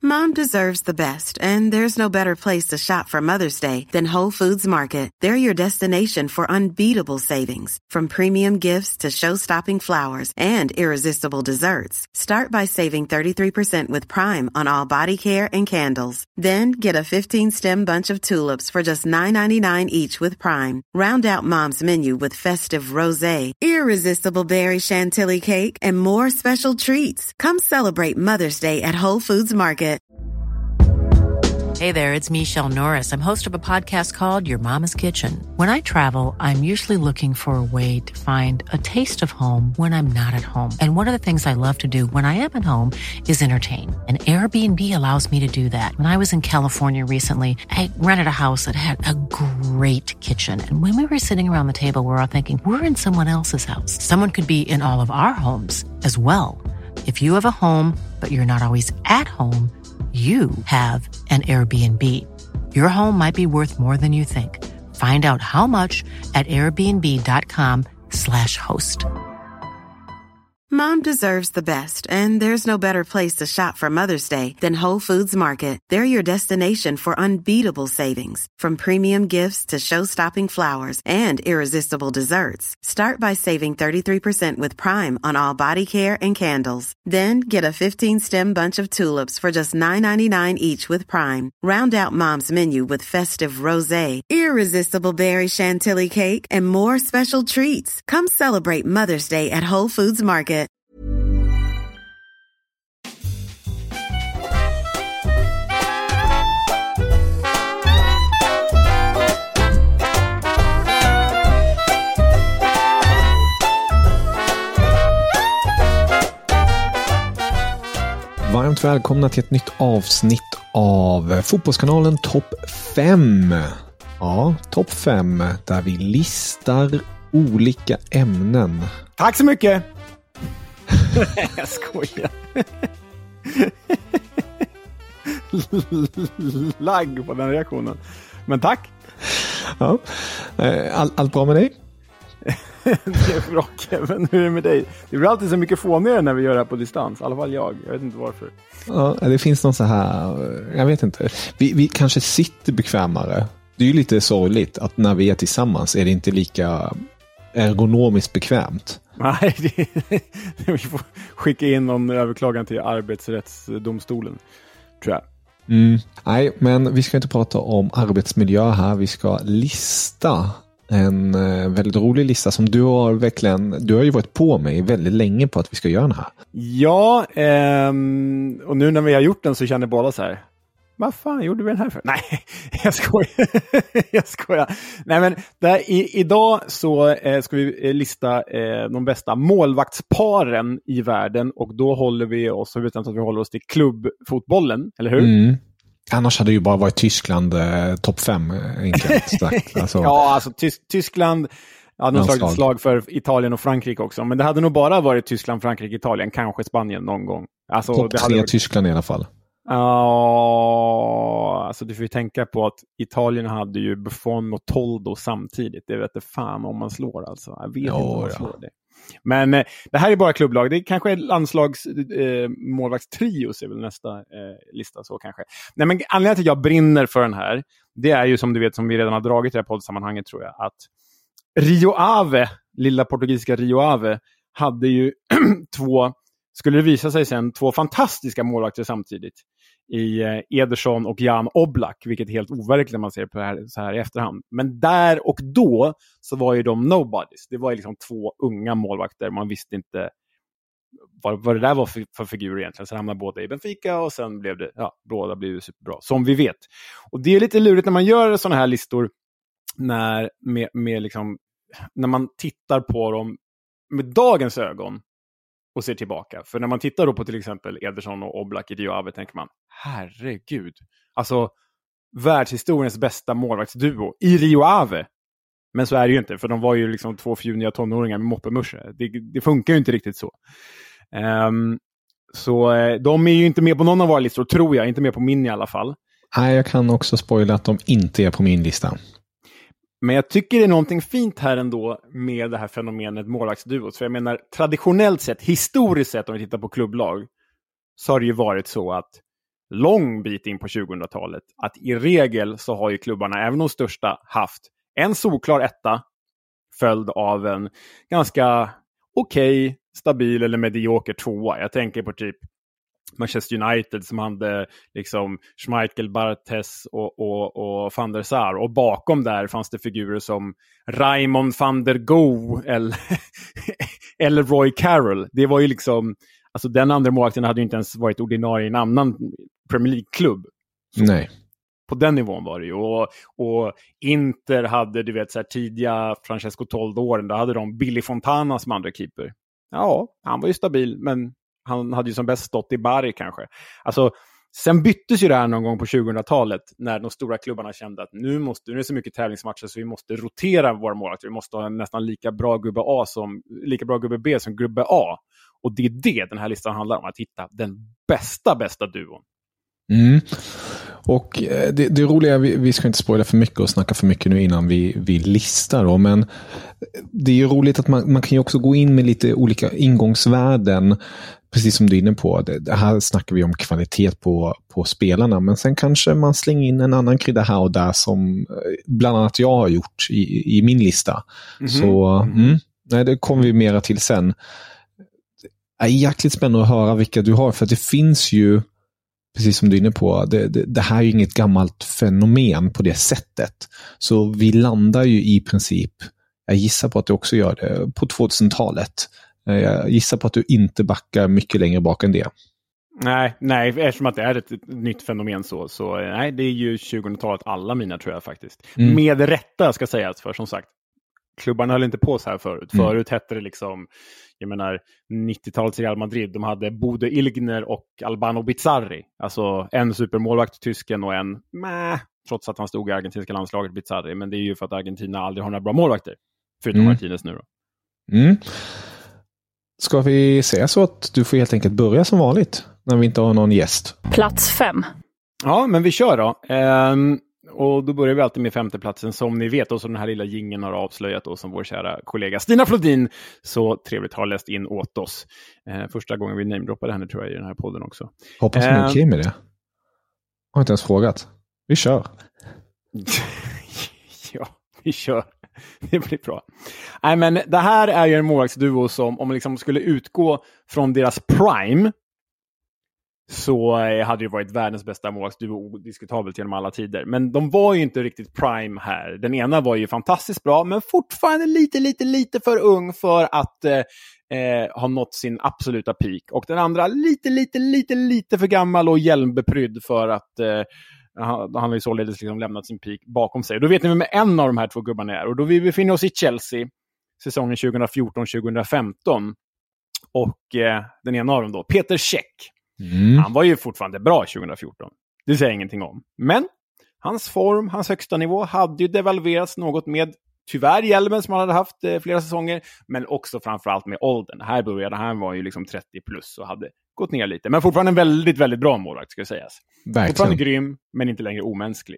Mom deserves the best, and there's no better place to shop for Mother's Day than Whole Foods Market. They're your destination for unbeatable savings, from premium gifts to show-stopping flowers and irresistible desserts. Start by saving 33% with Prime on all body care and candles. Then get a 15-stem bunch of tulips for just $9.99 each with Prime. Round out Mom's menu with festive rosé, irresistible berry chantilly cake, and more special treats. Come celebrate Mother's Day at Whole Foods Market. Hey there, it's Michelle Norris. I'm host of a podcast called Your Mama's Kitchen. When I travel, I'm usually looking for a way to find a taste of home when I'm not at home. And one of the things I love to do when I am at home is entertain. And Airbnb allows me to do that. When I was in California recently, I rented a house that had a great kitchen. And when we were sitting around the table, we were all thinking, we're in someone else's house. Someone could be in all of our homes as well. If you have a home, but you're not always at home, you have an Airbnb. Your home might be worth more than you think. Find out how much at airbnb.com/host. Mom deserves the best, and there's no better place to shop for Mother's Day than Whole Foods Market. They're your destination for unbeatable savings, from premium gifts to show-stopping flowers and irresistible desserts. Start by saving 33% with Prime on all body care and candles. Then get a 15-stem bunch of tulips for just $9.99 each with Prime. Round out Mom's menu with festive rosé, irresistible berry chantilly cake, and more special treats. Come celebrate Mother's Day at Whole Foods Market. Varmt välkomna till ett nytt avsnitt av Fotbollskanalen Topp 5. Ja, Topp 5 där vi listar olika ämnen. Tack så mycket! Jag skojar. Lagg på den reaktionen. Men tack! Ja. Allt bra med dig? Det är bra, Kevin. Hur är det med dig? Det blir alltid så mycket fånigare när vi gör det här på distans. I alla fall jag vet inte varför. Ja, det finns någon så här... Jag vet inte. Vi kanske sitter bekvämare. Det är ju lite sorgligt att när vi är tillsammans är det inte lika ergonomiskt bekvämt. Nej, vi får skicka in någon överklagan till arbetsrättsdomstolen, tror jag. Nej, men vi ska inte prata om arbetsmiljö här. Vi ska lista en väldigt rolig lista som du har ju varit på mig väldigt länge på att vi ska göra den här. Ja, och nu när vi har gjort den så känner båda så här: vad fan gjorde vi den här för? Nej, jag skojar. Jag skojar. Nej, men idag så ska vi lista de bästa målvaktsparen i världen, och då håller vi oss, utan att vi håller oss till klubbfotbollen, eller hur? Annars hade det ju bara varit Tyskland topp 5 enkelt. Alltså. Ja, alltså Tyskland. Jag hade nog slagit ett slag för Italien och Frankrike också. Men det hade nog bara varit Tyskland, Frankrike, Italien. Kanske Spanien någon gång. Alltså, topp 3 Tyskland i alla fall. Ja, alltså du får ju tänka på att Italien hade ju Buffon och Toldo samtidigt. Det vet inte fan om man slår alltså. Jag vet inte om man slår det. Men det här är bara klubblag. Det är kanske ett landslags målvaktstrios är väl nästa lista så kanske. Nej, men anledningen till att jag brinner för den här, det är ju som du vet, som vi redan har dragit i det här poddsammanhanget, tror jag, att Rio Ave, lilla portugisiska Rio Ave, hade ju skulle det visa sig sen, två fantastiska målvakter samtidigt i Ederson och Jan Oblak, vilket är helt overkligt när man ser på det här, så här i efterhand. Men där och då så var ju de nobodies. Det var ju liksom två unga målvakter. Man visste inte vad det där var för figur egentligen. Så hamnade båda i Benfica och sen blev det, båda blev superbra, som vi vet. Och det är lite lurigt när man gör såna här listor med liksom, när man tittar på dem med dagens ögon och ser tillbaka. För när man tittar då på till exempel Ederson och Oblak i Rio Ave tänker man, herregud. Alltså, världshistoriens bästa målvaktsduo i Rio Ave. Men så är det ju inte, för de var ju liksom två fjuniga tonåringar med moppemusche. Det funkar ju inte riktigt så. Så de är ju inte med på någon av våra listor, tror jag. Inte med på min i alla fall. Nej, jag kan också spoila att de inte är på min lista. Men jag tycker det är någonting fint här ändå med det här fenomenet målvaktsduot. För jag menar, traditionellt sett, historiskt sett, om vi tittar på klubblag, så har det ju varit så att lång bit in på 2000-talet att i regel så har ju klubbarna, även de största, haft en solklar etta följd av en ganska okej, stabil eller medioker tvåa. Jag tänker på typ Manchester United som hade liksom Schmeichel, Barthez och van der Sar. Och bakom där fanns det figurer som Raymond van der Goe eller Roy Carroll. Det var ju liksom, alltså den andra målvakten hade ju inte ens varit ordinarie i en annan Premier League-klubb. Nej. På den nivån var det ju. Och Inter hade, du vet, så här tidiga Francesco Toldo-åren, då hade de Billy Fontana som andra keeper. Ja, han var ju stabil, men han hade ju som bäst stått i Bari kanske. Alltså, sen byttes ju det här någon gång på 2000-talet när de stora klubbarna kände att nu är det så mycket tävlingsmatcher så vi måste rotera våra målvakter. Vi måste ha nästan lika bra gubbe B som gubbe A. Och det är det den här listan handlar om, att hitta den bästa duon. Mm. Och det roliga, vi ska inte spoila för mycket och snacka för mycket nu innan vi listar då, men det är ju roligt att man kan ju också gå in med lite olika ingångsvärden, precis som du är inne på. Det här snackar vi om kvalitet på spelarna, men sen kanske man slänger in en annan krydda här och där som bland annat jag har gjort i min lista. Så det kommer vi mera till sen. Det är jäkligt spännande att höra vilka du har, för att det finns ju, precis som du är inne på, det här är ju inget gammalt fenomen på det sättet. Så vi landar ju i princip, jag gissar på att du också gör det, på 2000-talet. Jag gissar på att du inte backar mycket längre bak än det. Nej, eftersom att det är ett nytt fenomen så nej, det är ju 2000-talet alla mina, tror jag faktiskt. Med rätta ska sägas, för som sagt, klubbarna höll inte på så här förut. Förut hette det liksom, jag menar, 90-talets Real Madrid, de hade Bodo Illgner och Albano Bizzarri. Alltså en supermålvakt, tysken, och en trots att han stod i argentinska landslaget, Bizzarri. Men det är ju för att Argentina aldrig har några bra målvakter. Förutom Martinez nu då. Ska vi säga så att du får helt enkelt börja som vanligt när vi inte har någon gäst? Plats 5. Ja, men vi kör då. Och då börjar vi alltid med femteplatsen, som ni vet, och som den här lilla jingeln har avslöjat, och som vår kära kollega Stina Flodin så trevligt har läst in åt oss. Första gången vi namedroppade henne, tror jag, i den här podden också. Hoppas hon är okej med det. Har inte ens frågat. Vi kör. Ja, vi kör. Det blir bra. Nej, men det här är ju en målvaktsduo som, om man liksom skulle utgå från deras prime, så hade det varit världens bästa målvaktsduo odiskutabelt genom alla tider. Men de var ju inte riktigt prime här. Den ena var ju fantastiskt bra, men fortfarande lite för ung för att ha nått sin absoluta peak. Och den andra lite för gammal och hjälmbeprydd för att han har ju således liksom lämnat sin peak bakom sig. Då vet ni vem en av de här två gubbarna är. Och då vi befinner oss i Chelsea säsongen 2014-2015. Och den ena av dem då, Peter Cech. Han var ju fortfarande bra 2014. Det säger ingenting om. Men hans form, hans högsta nivå hade ju devalverats något med, tyvärr, hjälmen som han hade haft flera säsonger, men också framförallt med åldern. Här började han, var ju liksom 30 plus och hade gått ner lite. Men fortfarande en väldigt, väldigt bra målvakt, ska sägas. Verkligen. Fortfarande grym, men inte längre omänsklig.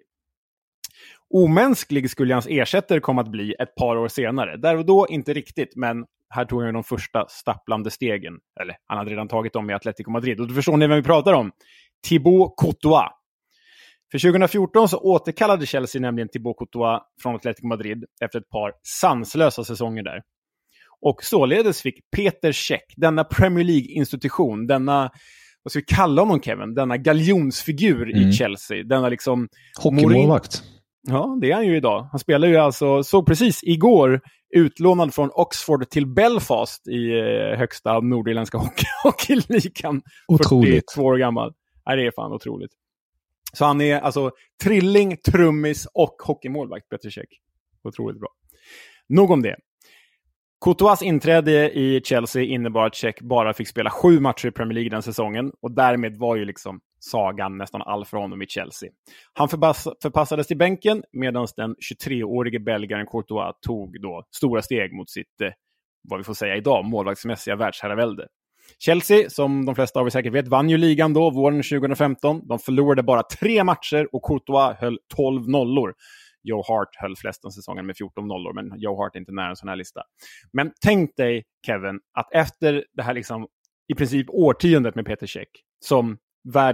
Omänsklig skulle hans ersättare komma att bli ett par år senare. Där och då inte riktigt, men här tog han de första stapplande stegen. Eller, han hade redan tagit dem i Atletico Madrid. Och då förstår ni vem vi pratar om. Thibaut Courtois. För 2014 så återkallade Chelsea nämligen Thibaut Courtois från Atletico Madrid efter ett par sanslösa säsonger där. Och således fick Peter Cech, denna Premier League-institution, denna, vad ska vi kalla honom, Kevin? Denna galjonsfigur i Chelsea. Denna liksom hockeymålvakt. Ja, det är han ju idag. Han spelar ju alltså, så precis igår, utlånad från Oxford till Belfast i högsta nordirländska hockeyligan. Otroligt. 42 år gammal. Nej, det är fan otroligt. Så han är alltså trilling, trummis och hockeymålvakt, Peter Cech. Otroligt bra. Nog om det. Courtois inträde i Chelsea innebar att Cech bara fick spela 7 matcher i Premier League den säsongen, och därmed var ju liksom sagan nästan all för honom i Chelsea. Han förpassades till bänken medan den 23-årige belgaren Courtois tog då stora steg mot sitt, vad vi får säga idag, målvaktsmässiga världsherravälde. Chelsea, som de flesta av er säkert vet, vann ju ligan då våren 2015. De förlorade bara 3 matcher och Courtois höll 12 nollor. Joe Hart höll flest den säsongen med 14 nollor, men Joe Hart är inte nära en sån här lista. Men tänk dig, Kevin, att efter det här liksom i princip årtiondet med Peter Cech som världens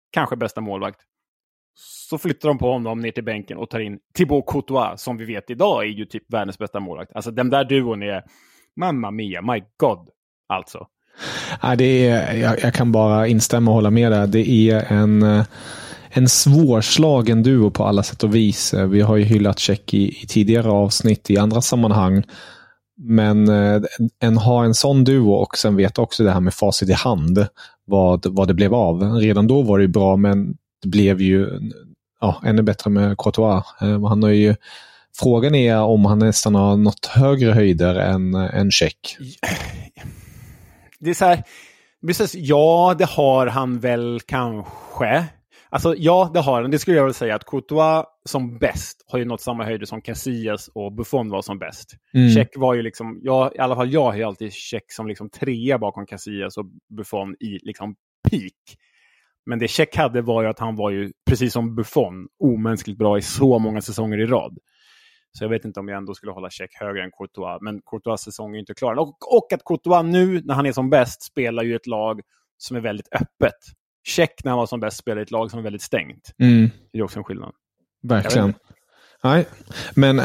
kanske bästa målvakt. Så flyttar de på honom ner till bänken och tar in Thibaut Courtois, som vi vet idag är ju typ världens bästa målvakt. Alltså den där duon är, mamma mia, my god, alltså. Ja, det är, jag kan bara instämma och hålla med där. Det är en svårslagen duo på alla sätt och vis. Vi har ju hyllat Cech i tidigare avsnitt i andra sammanhang. Men ha en sån duo och sen vet också det här med facit i hand vad det blev av. Redan då var det bra, men det blev ju ännu bättre med Courtois. Han har ju, frågan är om han nästan har nått högre höjder än Cech. Det är så här, ja, det har han väl kanske. Alltså ja, det har han. Det skulle jag väl säga att Courtois som bäst har ju nått samma höjder som Casillas och Buffon var som bäst. Cech var ju liksom, i alla fall jag har ju alltid Cech som liksom 3 bakom Casillas och Buffon i liksom peak. Men det Cech hade var ju att han var ju, precis som Buffon, omänskligt bra i så många säsonger i rad. Så jag vet inte om jag ändå skulle hålla Cech högre än Courtois. Men Courtois säsong är inte klar. Och att Courtois nu, när han är som bäst, spelar ju ett lag som är väldigt öppet. Cech när han var som bäst spelar ett lag som är väldigt stängt. Det är också en skillnad. Verkligen. Nej, men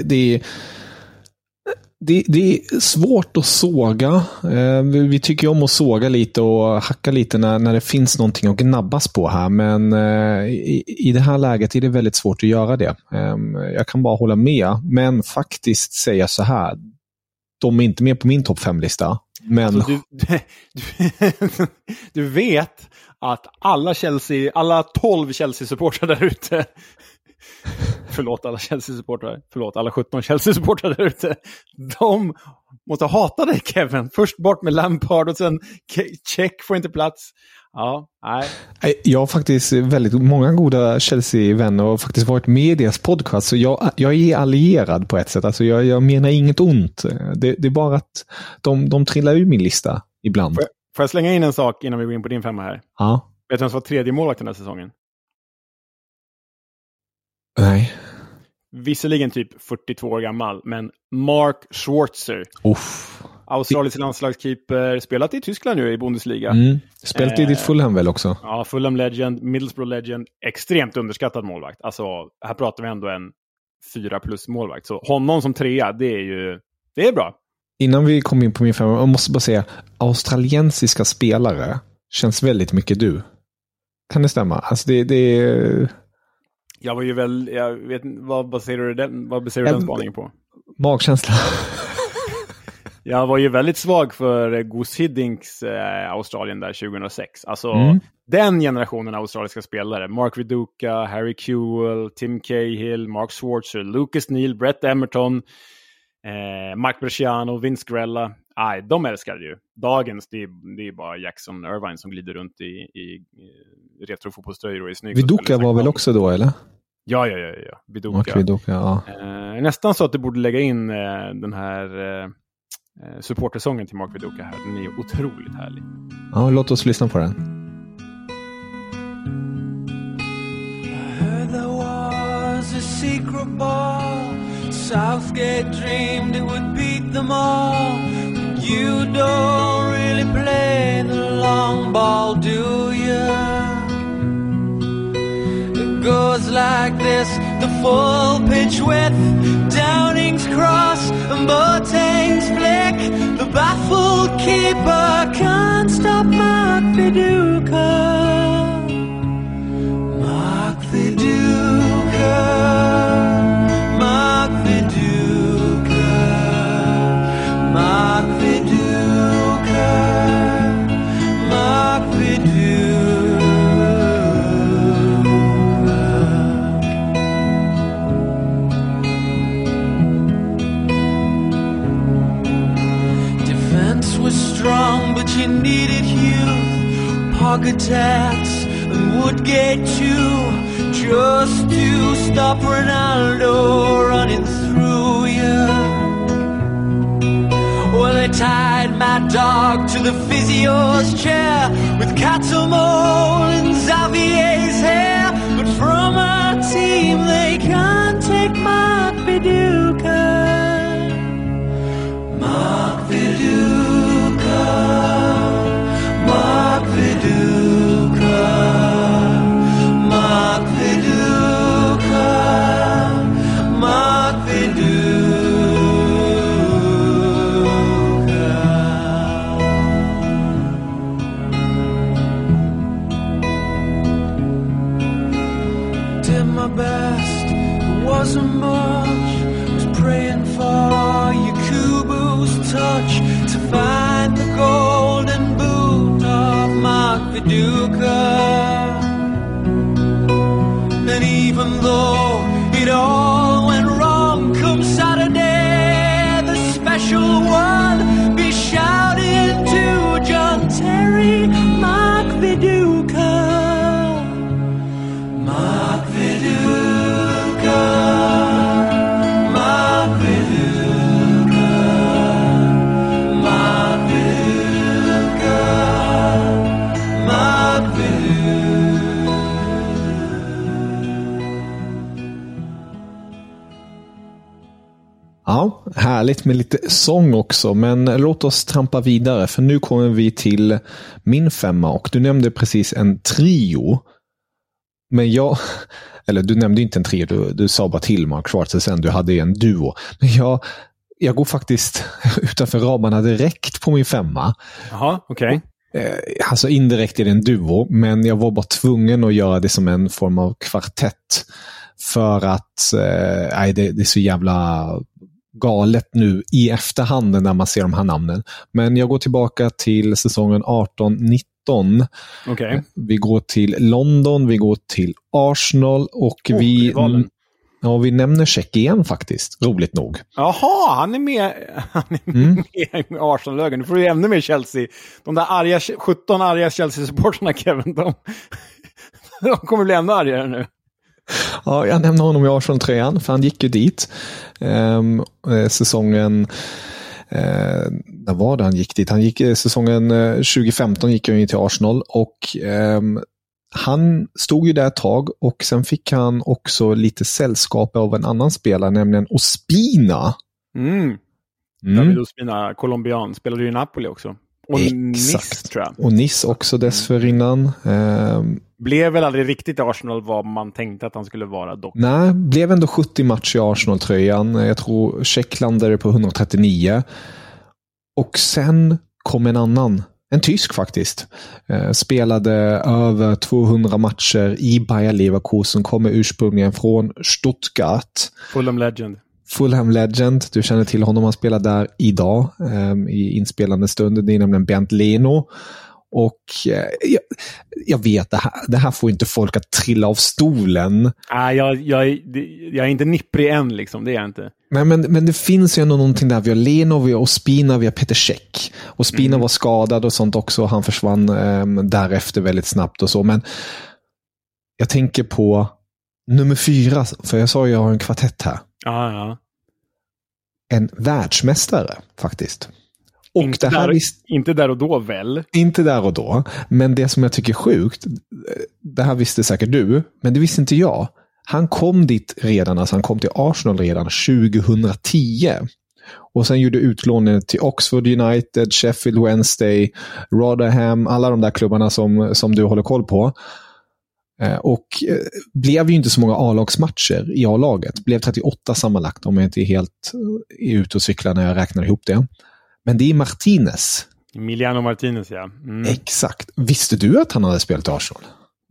det är svårt att såga. Vi tycker om att såga lite och hacka lite när det finns någonting att gnabbas på här. Men i det här läget är det väldigt svårt att göra det. Jag kan bara hålla med. Men faktiskt säga så här. De är inte med på min topp 5-lista. Men... Alltså, du vet att alla 12 Chelsea-supportrar där ute... Förlåt alla Chelsea-supportrar. Förlåt alla 17 Chelsea-supportrar där ute. De måste hata dig, Kevin. Först bort med Lampard och sen Cech får inte plats. Ja, nej. Jag har faktiskt väldigt många goda Chelsea-vänner och faktiskt varit med i deras podcast. Så jag är allierad på ett sätt. Alltså jag menar inget ont. Det är bara att de trillar ur min lista ibland. Får jag slänga in en sak innan vi går in på din 5 här? Ja. Vet du vem som var 3:e målvakt den här säsongen? Nej. Visserligen typ 42 år gammal, men Mark Schwarzer. Australisk landslagskeeper, spelat i Tyskland nu i Bundesliga. Spelat i ditt Fulham väl också? Ja, Fulham Legend, Middlesbrough Legend, extremt underskattad målvakt. Alltså, här pratar vi ändå en 4+ målvakt. Så honom som 3:a, det är bra. Innan vi kommer in på min 5, jag måste bara säga, australiensiska spelare känns väldigt mycket du. Kan det stämma? Alltså det är... Jag vet vad baserar du den spaningen på? Magkänsla. Jag var ju väldigt svag för Gus Hiddinks Australien där 2006. Alltså den generationen australiska spelare. Mark Viduka, Harry Kewell, Tim Cahill, Mark Schwarzer, Lucas Neal, Brett Emerton, Mark Bresciano, Vince Grella. Nej, de älskade ju. Dagens, det är bara Jackson Irvine som glider runt i retrofotbollströjor och är snygg. Viduka var väl också då, eller? Ja. Viduka, ja. Nästan så att du borde lägga in den här supportersången till Mark Viduka här. Den är ju otroligt härlig. Ja, låt oss lyssna på den. I heard there was a secret ball. Southgate dreamed it would beat them all. You don't really play the long ball, do you? Goes like this, the full pitch width, Downing's cross and Boateng's flick. The baffled keeper can't stop Mark Viduka. Mark Viduka, Mark Viduka, Mark Viduka, Mark Viduka. Strong, but you needed youth, Pogatats and Woodgate too, just to stop Ronaldo running through you. Well, they tied Mad Dog to the physio's chair with Catamol and Xavier's hair, but from our team they can't take Mark Viduka. Mark Viduka, Mark Viduka, my best, it wasn't much. Was praying for Yakubu's touch to find the golden boot of Mark Viduka. And even though it all went wrong, come Saturday, the special one be shouting to John Terry, Mark Viduka. Mark Viduka, Mark Viduka, Mark Viduka, Mark Viduka. Ja, härligt med lite sång också, men låt oss trampa vidare för nu kommer vi till min 5 och du nämnde precis en trio. Men du nämnde inte en trio, du sa bara till Mark Schwarzer sen, du hade en duo. Men jag går faktiskt utanför ramarna direkt på min 5. Jaha, okej. Alltså indirekt är det en duo, men jag var bara tvungen att göra det som en form av kvartett. För att det är så jävla galet nu i efterhand när man ser de här namnen. Men jag går tillbaka till säsongen 18-19. Okay. Vi går till London, vi går till Arsenal och vi nämner Cech igen faktiskt, roligt nog. Jaha, han är med med Arsenal-lögen. Nu får du ännu mer Chelsea. De där 17 arga Chelsea-supporterna, Kevin, de kommer bli ännu argare nu. Ja, jag nämner honom i Arsenal-tröjan för han gick ju dit. Säsongen när var det han gick dit? Han gick säsongen 2015 gick han in till Arsenal och han stod ju där ett tag och sen fick han också lite sällskap av en annan spelare, nämligen Ospina. David Ospina, colombian, spelade ju i Napoli också. Och Nice, tror jag. Och Nice också dessförinnan. Blev väl aldrig riktigt i Arsenal vad man tänkte att han skulle vara dock. Nej, blev ändå 70 matcher i Arsenal-tröjan. Jag tror Cech landade på 139. Och sen kom en tysk faktiskt. Spelade över 200 matcher i Bayer Leverkusen, kommer ursprungligen från Stuttgart. Fulham Legend, du känner till honom, han spelar där idag i inspelande stund. Det är nämligen Bernd Leno. Och jag vet, det här får inte folk att trilla av stolen. Jag är inte nipprig än, liksom, det är jag inte. Men det finns ju ändå någonting där. Vi har Leno, vi har Ospina, vi har Petr Cech. Ospina var skadad och sånt också. Han försvann därefter väldigt snabbt och så. Men jag tänker på nummer 4, för jag sa ju jag har en kvartett här. Ja. En världsmästare faktiskt. Och inte där och då väl? Inte där och då. Men det som jag tycker är sjukt, det här visste säkert du, men det visste inte jag. Han kom dit redan, alltså han kom till Arsenal redan 2010. Och sen gjorde utlåningen till Oxford United, Sheffield Wednesday, Rotherham, alla de där klubbarna som du håller koll på. Och blev ju inte så många A-lagsmatcher i A-laget. Blev 38 sammanlagt om jag inte är helt ute och cyklar när jag räknar ihop det. Men det är Martinez. Emiliano Martinez, ja. Exakt. Visste du att han hade spelat i Arsenal?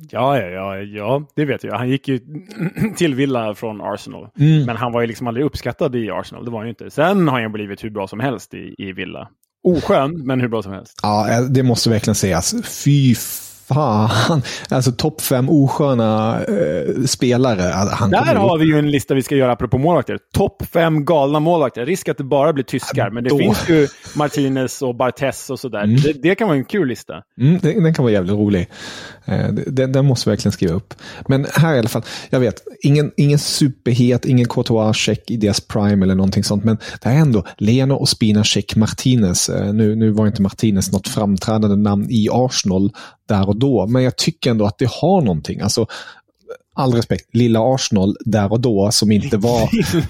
Ja, det vet jag. Han gick ju till Villa från Arsenal. Men han var ju liksom aldrig uppskattad i Arsenal. Det var han ju inte. Sen har han blivit hur bra som helst i Villa. Oskön, men hur bra som helst. Ja, det måste verkligen sägas. Fy fan. Alltså topp 5 osköna spelare. Där har vi ju en lista vi ska göra apropå målvakter. Topp 5 galna målvakter. Risk att det bara blir tyskar. Men det finns ju Martinez och Barthez och sådär. Det kan vara en kul lista. Den kan vara jävligt rolig. Den måste vi verkligen skriva upp. Men här i alla fall, jag vet, ingen superhet, ingen Courtois, Cech i deras prime eller någonting sånt. Men det är ändå Leno, Ospina, Cech, Martinez. Nu var inte Martinez något framträdande namn i Arsenal där och då. Men jag tycker ändå att det har någonting. Alltså, all respekt, lilla Arsenal där och då som inte var...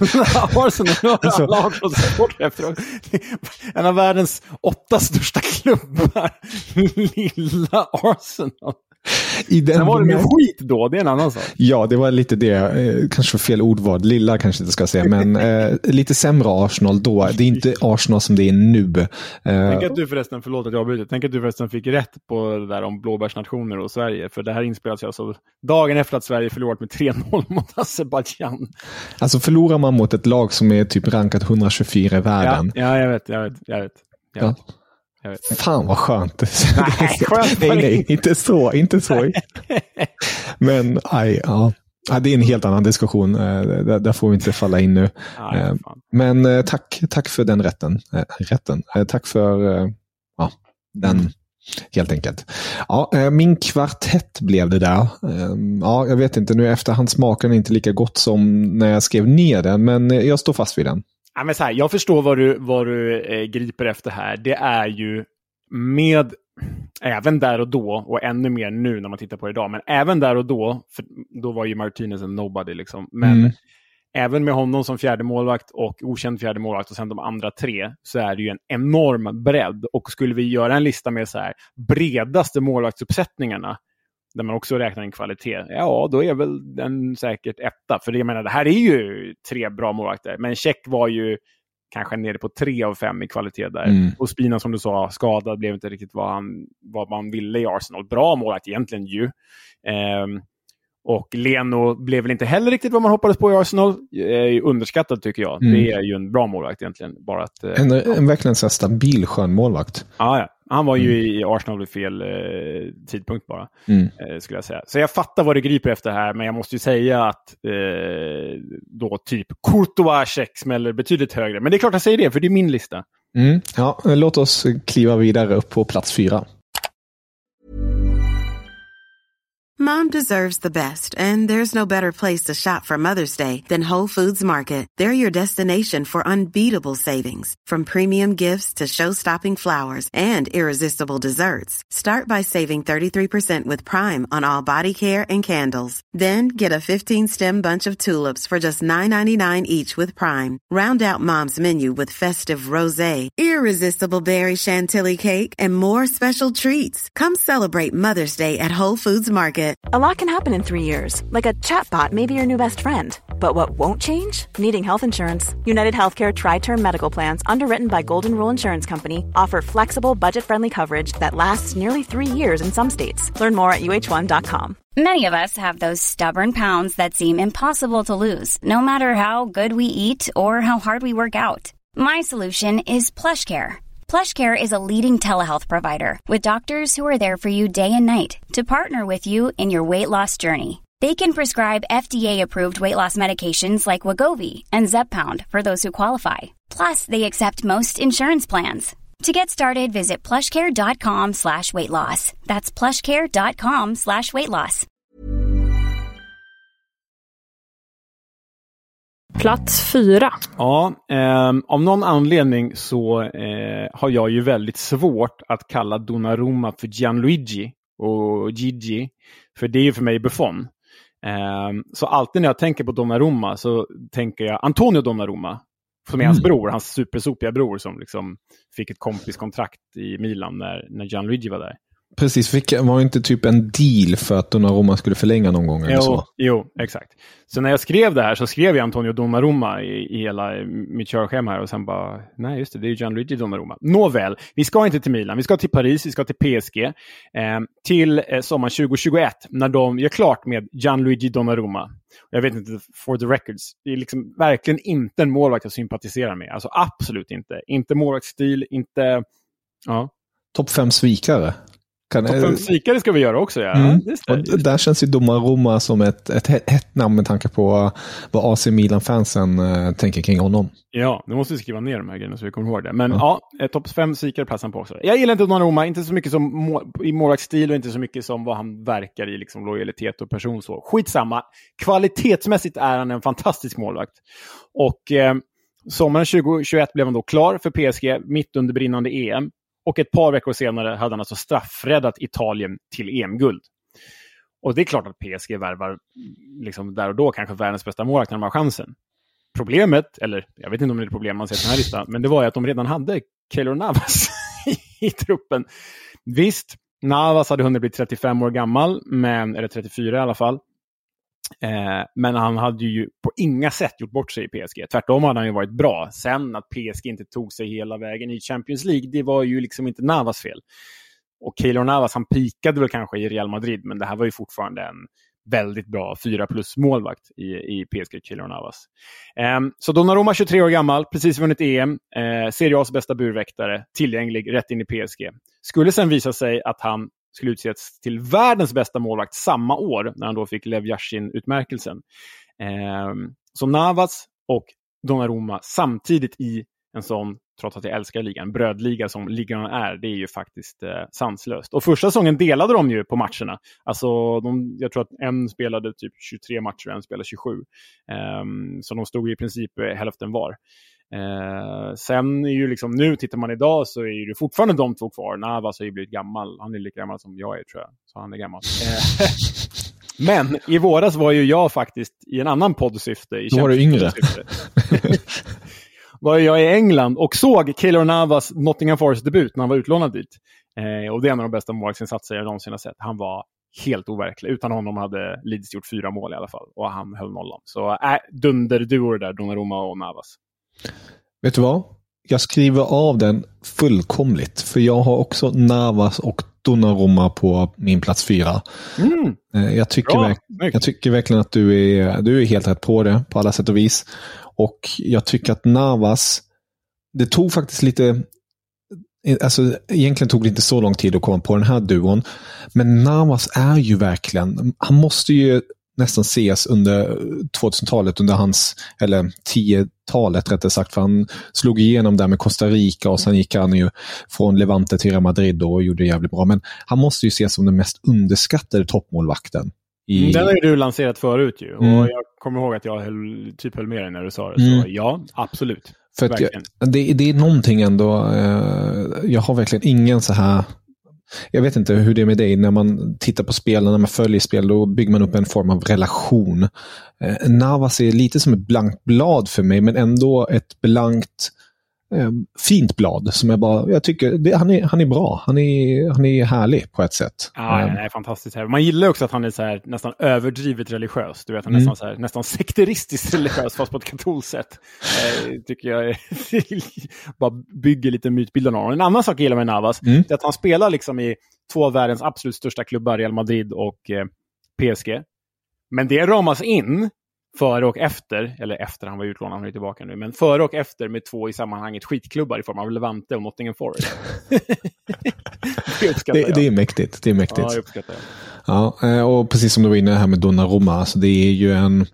en av världens 8 största klubbar. Lilla Arsenal. Sen var det med skit då, det är en annan sak. Ja, det var lite det, kanske fel ordval, lilla kanske inte ska säga, men lite sämre Arsenal då. Det är inte Arsenal som det är nu. Tänk att du förresten, förlåt att jag avbryter, tänk att du förresten fick rätt på det där om blåbärsnationer och Sverige, för det här inspelas alltså dagen efter att Sverige förlorat med 3-0 mot Azerbaijan. Alltså förlorar man mot ett lag som är typ rankat 124 i världen. Ja, jag vet. Ja. Fan vad skönt. Nej, nej, inte så. Men ja, det är en helt annan diskussion. Där får vi inte falla in nu. Men tack för den rätten. Tack för den, helt enkelt. Ja, min kvartett blev det där. Ja, jag vet inte, nu efterhand smakar den inte lika gott som när jag skrev ner den, men jag står fast vid den. Ja, men så här, jag förstår vad du griper efter här. Det är ju med, även där och då, och ännu mer nu när man tittar på det idag, men även där och då, för då var ju Martinez en nobody liksom, men även med honom som fjärde målvakt och okänd fjärde målvakt och sen de andra 3, så är det ju en enorm bredd. Och skulle vi göra en lista med så här bredaste målvaktsuppsättningarna, där man också räknar en kvalitet, ja, då är väl den säkert etta. För jag menar, det här är ju 3 bra målvakter, men Cech var ju kanske nere på 3 av 5 i kvalitet där. Och Spina, som du sa, skadad, blev inte riktigt vad man ville i Arsenal. Bra målvakt egentligen ju. Och Leno blev väl inte heller riktigt vad man hoppades på i Arsenal. Underskattad tycker jag. Det är ju en bra målvakt egentligen. Bara att, en verkligen så stabil, skön målvakt. Ja. Han var ju i Arsenal vid fel tidpunkt bara, skulle jag säga. Så jag fattar vad det griper efter här, men jag måste ju säga att då typ Courtois, Cech smäller betydligt högre. Men det är klart jag säger det, för det är min lista. Ja, låt oss kliva vidare upp på plats 4. Mom deserves the best, and there's no better place to shop for Mother's Day than Whole Foods Market. They're your destination for unbeatable savings, from premium gifts to show-stopping flowers and irresistible desserts. Start by saving 33% with Prime on all body care and candles. Then get a 15-stem bunch of tulips for just $9.99 each with Prime. Round out Mom's menu with festive rosé, irresistible berry chantilly cake, and more special treats. Come celebrate Mother's Day at Whole Foods Market. A lot can happen in 3 years, like a chatbot may be your new best friend. But what won't change? Needing health insurance. United Healthcare Tri-Term Medical Plans, underwritten by Golden Rule Insurance Company, offer flexible, budget-friendly coverage that lasts nearly 3 years in some states. Learn more at uh1.com. Many of us have those stubborn pounds that seem impossible to lose, no matter how good we eat or how hard we work out. My solution is PlushCare. PlushCare is a leading telehealth provider with doctors who are there for you day and night to partner with you in your weight loss journey. They can prescribe FDA-approved weight loss medications like Wegovy and Zepbound for those who qualify. Plus, they accept most insurance plans. To get started, visit plushcare.com/weightloss. That's plushcare.com/weightloss. Plats 4. Ja, av någon anledning så har jag ju väldigt svårt att kalla Donnarumma för Gianluigi och Gigi. För det är ju för mig Buffon. Så alltid när jag tänker på Donnarumma så tänker jag Antonio Donnarumma. Som är hans bror, hans supersopiga bror som liksom fick ett kompiskontrakt i Milan när Gianluigi var där. Precis, var inte typ en deal för att Donnarumma skulle förlänga någon gång eller så? Jo, exakt. Så när jag skrev det här så skrev jag Antonio Donnarumma i hela mitt körschema här och sen bara, nej just det är ju Gianluigi Donnarumma. Nåväl, vi ska inte till Milan, vi ska till Paris, vi ska till PSG till sommaren 2021 när de gör klart med Gianluigi Donnarumma. Jag vet inte, for the records, det är liksom verkligen inte en målvakt jag sympatiserar med. Alltså absolut inte. Inte målvaktsstil, inte... Ja. Topp 5 svikare. Topp 5 svikare ska vi göra också, ja. Just det. Där känns ju Donnarumma som ett hett namn med tanke på vad AC Milan-fansen tänker kring honom. Ja, nu måste vi skriva ner de här grejerna så vi kommer ihåg det. Men ja, topp 5 svikare passar på också. Jag gillar inte Donnarumma, inte så mycket som i målvaktsstil och inte så mycket som vad han verkar i liksom lojalitet och person så. Skitsamma. Kvalitetsmässigt är han en fantastisk målvakt. Och sommaren 2021 blev han då klar för PSG mitt under brinnande EM. Och ett par veckor senare hade han alltså straffräddat Italien till EM-guld. Och det är klart att PSG värvar liksom där och då kanske världens bästa målvakt när de har chansen. Problemet, eller jag vet inte om det är ett problem man ser på den här listan, men det var ju att de redan hade Keylor Navas i truppen. Visst, Navas hade hunnit bli 35 år gammal, eller 34 i alla fall. Men han hade ju på inga sätt gjort bort sig i PSG. Tvärtom hade han ju varit bra. Sen att PSG inte tog sig hela vägen i Champions League, det var ju liksom inte Navas fel. Och Keylor Navas, han pikade väl kanske i Real Madrid, men det här var ju fortfarande en väldigt bra 4+ målvakt i PSG, Keylor Navas. Så Donnarumma, 23 år gammal, precis vunnit EM, Serie A's bästa burväktare, tillgänglig rätt in i PSG. Skulle sen visa sig att han skulle utses till världens bästa målvakt samma år, när han då fick Lev Yashin-utmärkelsen. Så Navas och Donnarumma samtidigt i en sån, trots att jag älskar ligan, en brödliga som ligan är, det är ju faktiskt sanslöst. Och första säsongen delade de ju på matcherna. Alltså, jag tror att en spelade typ 23 matcher och en spelade 27. Så de stod i princip hälften var. Sen är ju liksom, nu tittar man idag så är det fortfarande de två kvar. Navas har ju blivit gammal. Han är lika gammal som jag är, tror jag. Så han är gammal. Men i våras var ju jag faktiskt i en annan poddsyfte. Då var du yngre. Var jag i England och såg Keylor Navas Nottingham Forest-debut när han var utlånad dit. Och det är en av de bästa målvaktsinsatser jag någonsin har sett. Han var helt overklig. Utan honom hade Leeds gjort 4 mål i alla fall. Och han höll nollan. Så dunderduor där, Donnarumma och Navas. Vet du vad? Jag skriver av den fullkomligt. För jag har också Navas och Donnarumma på min plats 4. Jag tycker verkligen att du är helt rätt på det på alla sätt och vis. Och jag tycker att Navas, det tog faktiskt lite, alltså egentligen tog det inte så lång tid att komma på den här duon, men Navas är ju verkligen, han måste ju nästan ses under 2000-talet, under hans, eller 10-talet rättare sagt, för han slog igenom där med Costa Rica och sen gick han ju från Levante till Real Madrid och gjorde det jävligt bra, men han måste ju ses som den mest underskattade toppmålvålden. Den har ju du lanserat förut ju. Och jag kommer ihåg att jag höll med dig när du sa det. Så ja, absolut. För att det är någonting ändå. Jag har verkligen ingen så här. Jag vet inte hur det är med dig. När man tittar på spel, när man följer spel, då bygger man upp en form av relation. Navas är lite som ett blankt blad för mig, men ändå ett blankt fint blad som jag tycker han är bra. Han är härlig på ett sätt. Ja, han är fantastiskt härlig. Man gillar också att han är så här nästan överdrivet religiös. Du vet, han är nästan så här, nästan sekteristiskt religiös, fast på ett katolskt sätt. Tycker jag bara bygger lite mytbilden av honom. En annan sak jag gillar med Navas är att han spelar liksom i 2 av världens absolut största klubbar, Real Madrid och PSG. Men det ramas in före och efter, eller efter han var utlånad, han är tillbaka nu, men före och efter med 2 i sammanhanget skitklubbar i form av Levante och Nottingham Forest. Det är mäktigt. Det är mäktigt. Ja, jag uppskattar det. Ja, och precis som du var inne här med Donnarumma, alltså det är ju en...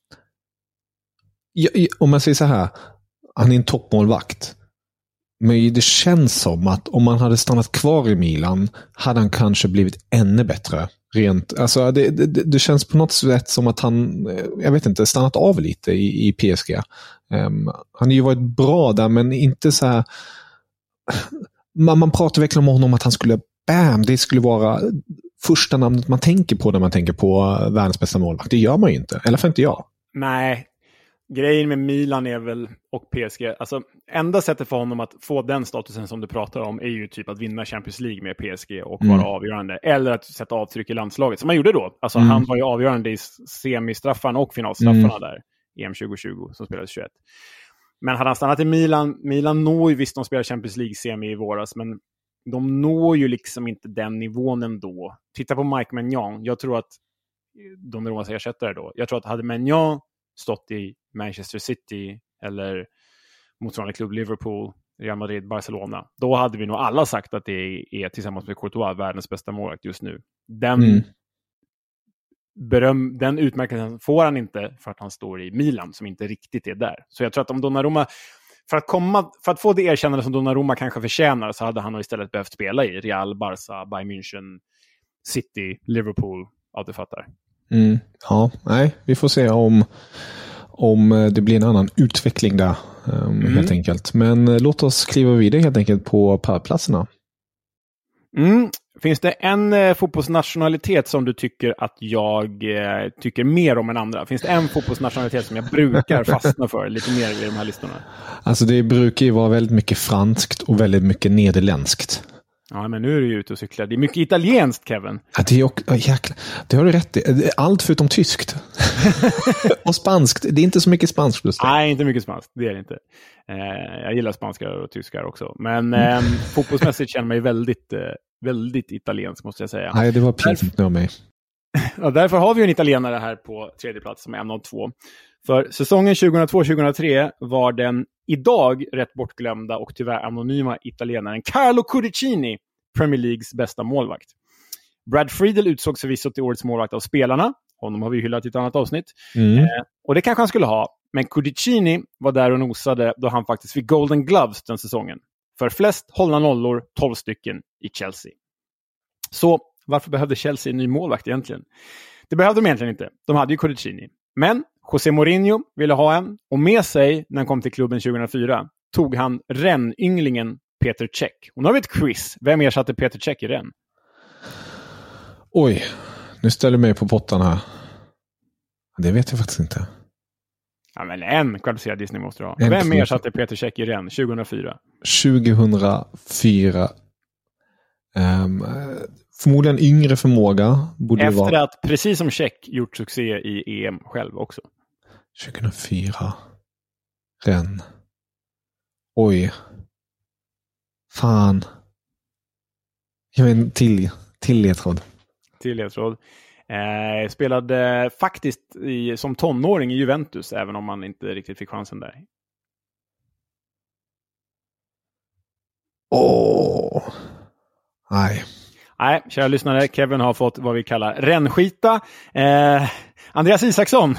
Om man säger så här, han är en toppmålvakt. Men det känns som att om man hade stannat kvar i Milan hade han kanske blivit ännu bättre. Alltså det känns på något sätt som att han, jag vet inte, stannat av lite i PSG. Han har ju varit bra där, men inte så här. Man pratar verkligen om honom att han skulle, det skulle vara första namnet man tänker på när man tänker på världens bästa målvakt. Det gör man ju inte, eller för inte jag. Nej, grejen med Milan är väl, och PSG, alltså enda sättet för honom att få den statusen som du pratar om är ju typ att vinna Champions League med PSG och vara avgörande, eller att sätta avtryck i landslaget som han gjorde då. Alltså han var ju avgörande i semistraffarna och finalstraffarna där, EM 2020 som spelades 21. Men hade han stannat i Milan når ju visst, de spelar Champions League semi i våras, men de når ju liksom inte den nivån ändå. Titta på Mike Maignan, jag tror att Donnarumas ersättare då, jag tror att hade Maignan stått i Manchester City eller motsvarande klubb, Liverpool, Real Madrid, Barcelona, då hade vi nog alla sagt att det är tillsammans med Courtois världens bästa målvakt just nu. Den utmärkelsen får han inte för att han står i Milan som inte riktigt är där. Så jag tror att om Donnarumma, för att få det erkännande som Donnarumma kanske förtjänar, så hade han istället behövt spela i Real, Barca, Bayern München, City, Liverpool, allt du fattar. Ja, nej, vi får se om det blir en annan utveckling där helt enkelt. Men låt oss kliva vidare helt enkelt på pärlplatserna. Finns det en fotbollsnationalitet som du tycker att jag tycker mer om än andra? Finns det en fotbollsnationalitet som jag brukar fastna för lite mer i de här listorna? Alltså det brukar ju vara väldigt mycket franskt och väldigt mycket nederländskt. Ja, men nu är du ju ute och cyklar. Det är mycket italienskt, Kevin. Ja, det är också, jäkla, det har du rätt i. Allt förutom tyskt. Och spanskt. Det är inte så mycket spanskt just det. Nej, inte mycket spanskt. Det är det inte. Jag gillar spanskar och tyskar också. Men fotbollsmässigt känner mig väldigt, väldigt italiensk, måste jag säga. Nej, det var pinsamt av mig. Ja, därför har vi en italienare här på tredje plats som är en av två. För säsongen 2002-2003 var den idag rätt bortglömda och tyvärr anonyma italienaren Carlo Cudicini Premier Leagues bästa målvakt. Brad Friedel utsågs förvisso till årets målvakt av spelarna. Honom har vi hyllat i ett annat avsnitt. Och det kanske han skulle ha. Men Cudicini var där och nosade då han faktiskt fick Golden Gloves den säsongen. För flest hållna nollor, 12 stycken i Chelsea. Så varför behövde Chelsea en ny målvakt egentligen? Det behövde de egentligen inte. De hade ju Cudicini. Men José Mourinho ville ha en. Och med sig när han kom till klubben 2004 tog han Rennes-ynglingen Peter Cech. Och nu har vi ett quiz. Vem ersatte Peter Cech i Rennes? Oj, nu ställer mig på pottan här. Det vet jag faktiskt inte. Ja, men en kvalificerad Disney måste du ha. Vem ersatte Peter Cech i Rennes 2004? 2004. Förmodligen yngre förmåga. Borde efter vara... att, precis som Cech, gjort succé i EM själv också. 2004. Rennes. Oj. Fan. Jag vet inte, till ledtråd. Till ledtråd. Spelade faktiskt som tonåring i Juventus, även om man inte riktigt fick chansen där. Nej, kära lyssnare, Kevin har fått vad vi kallar rännskita. Andreas Isaksson.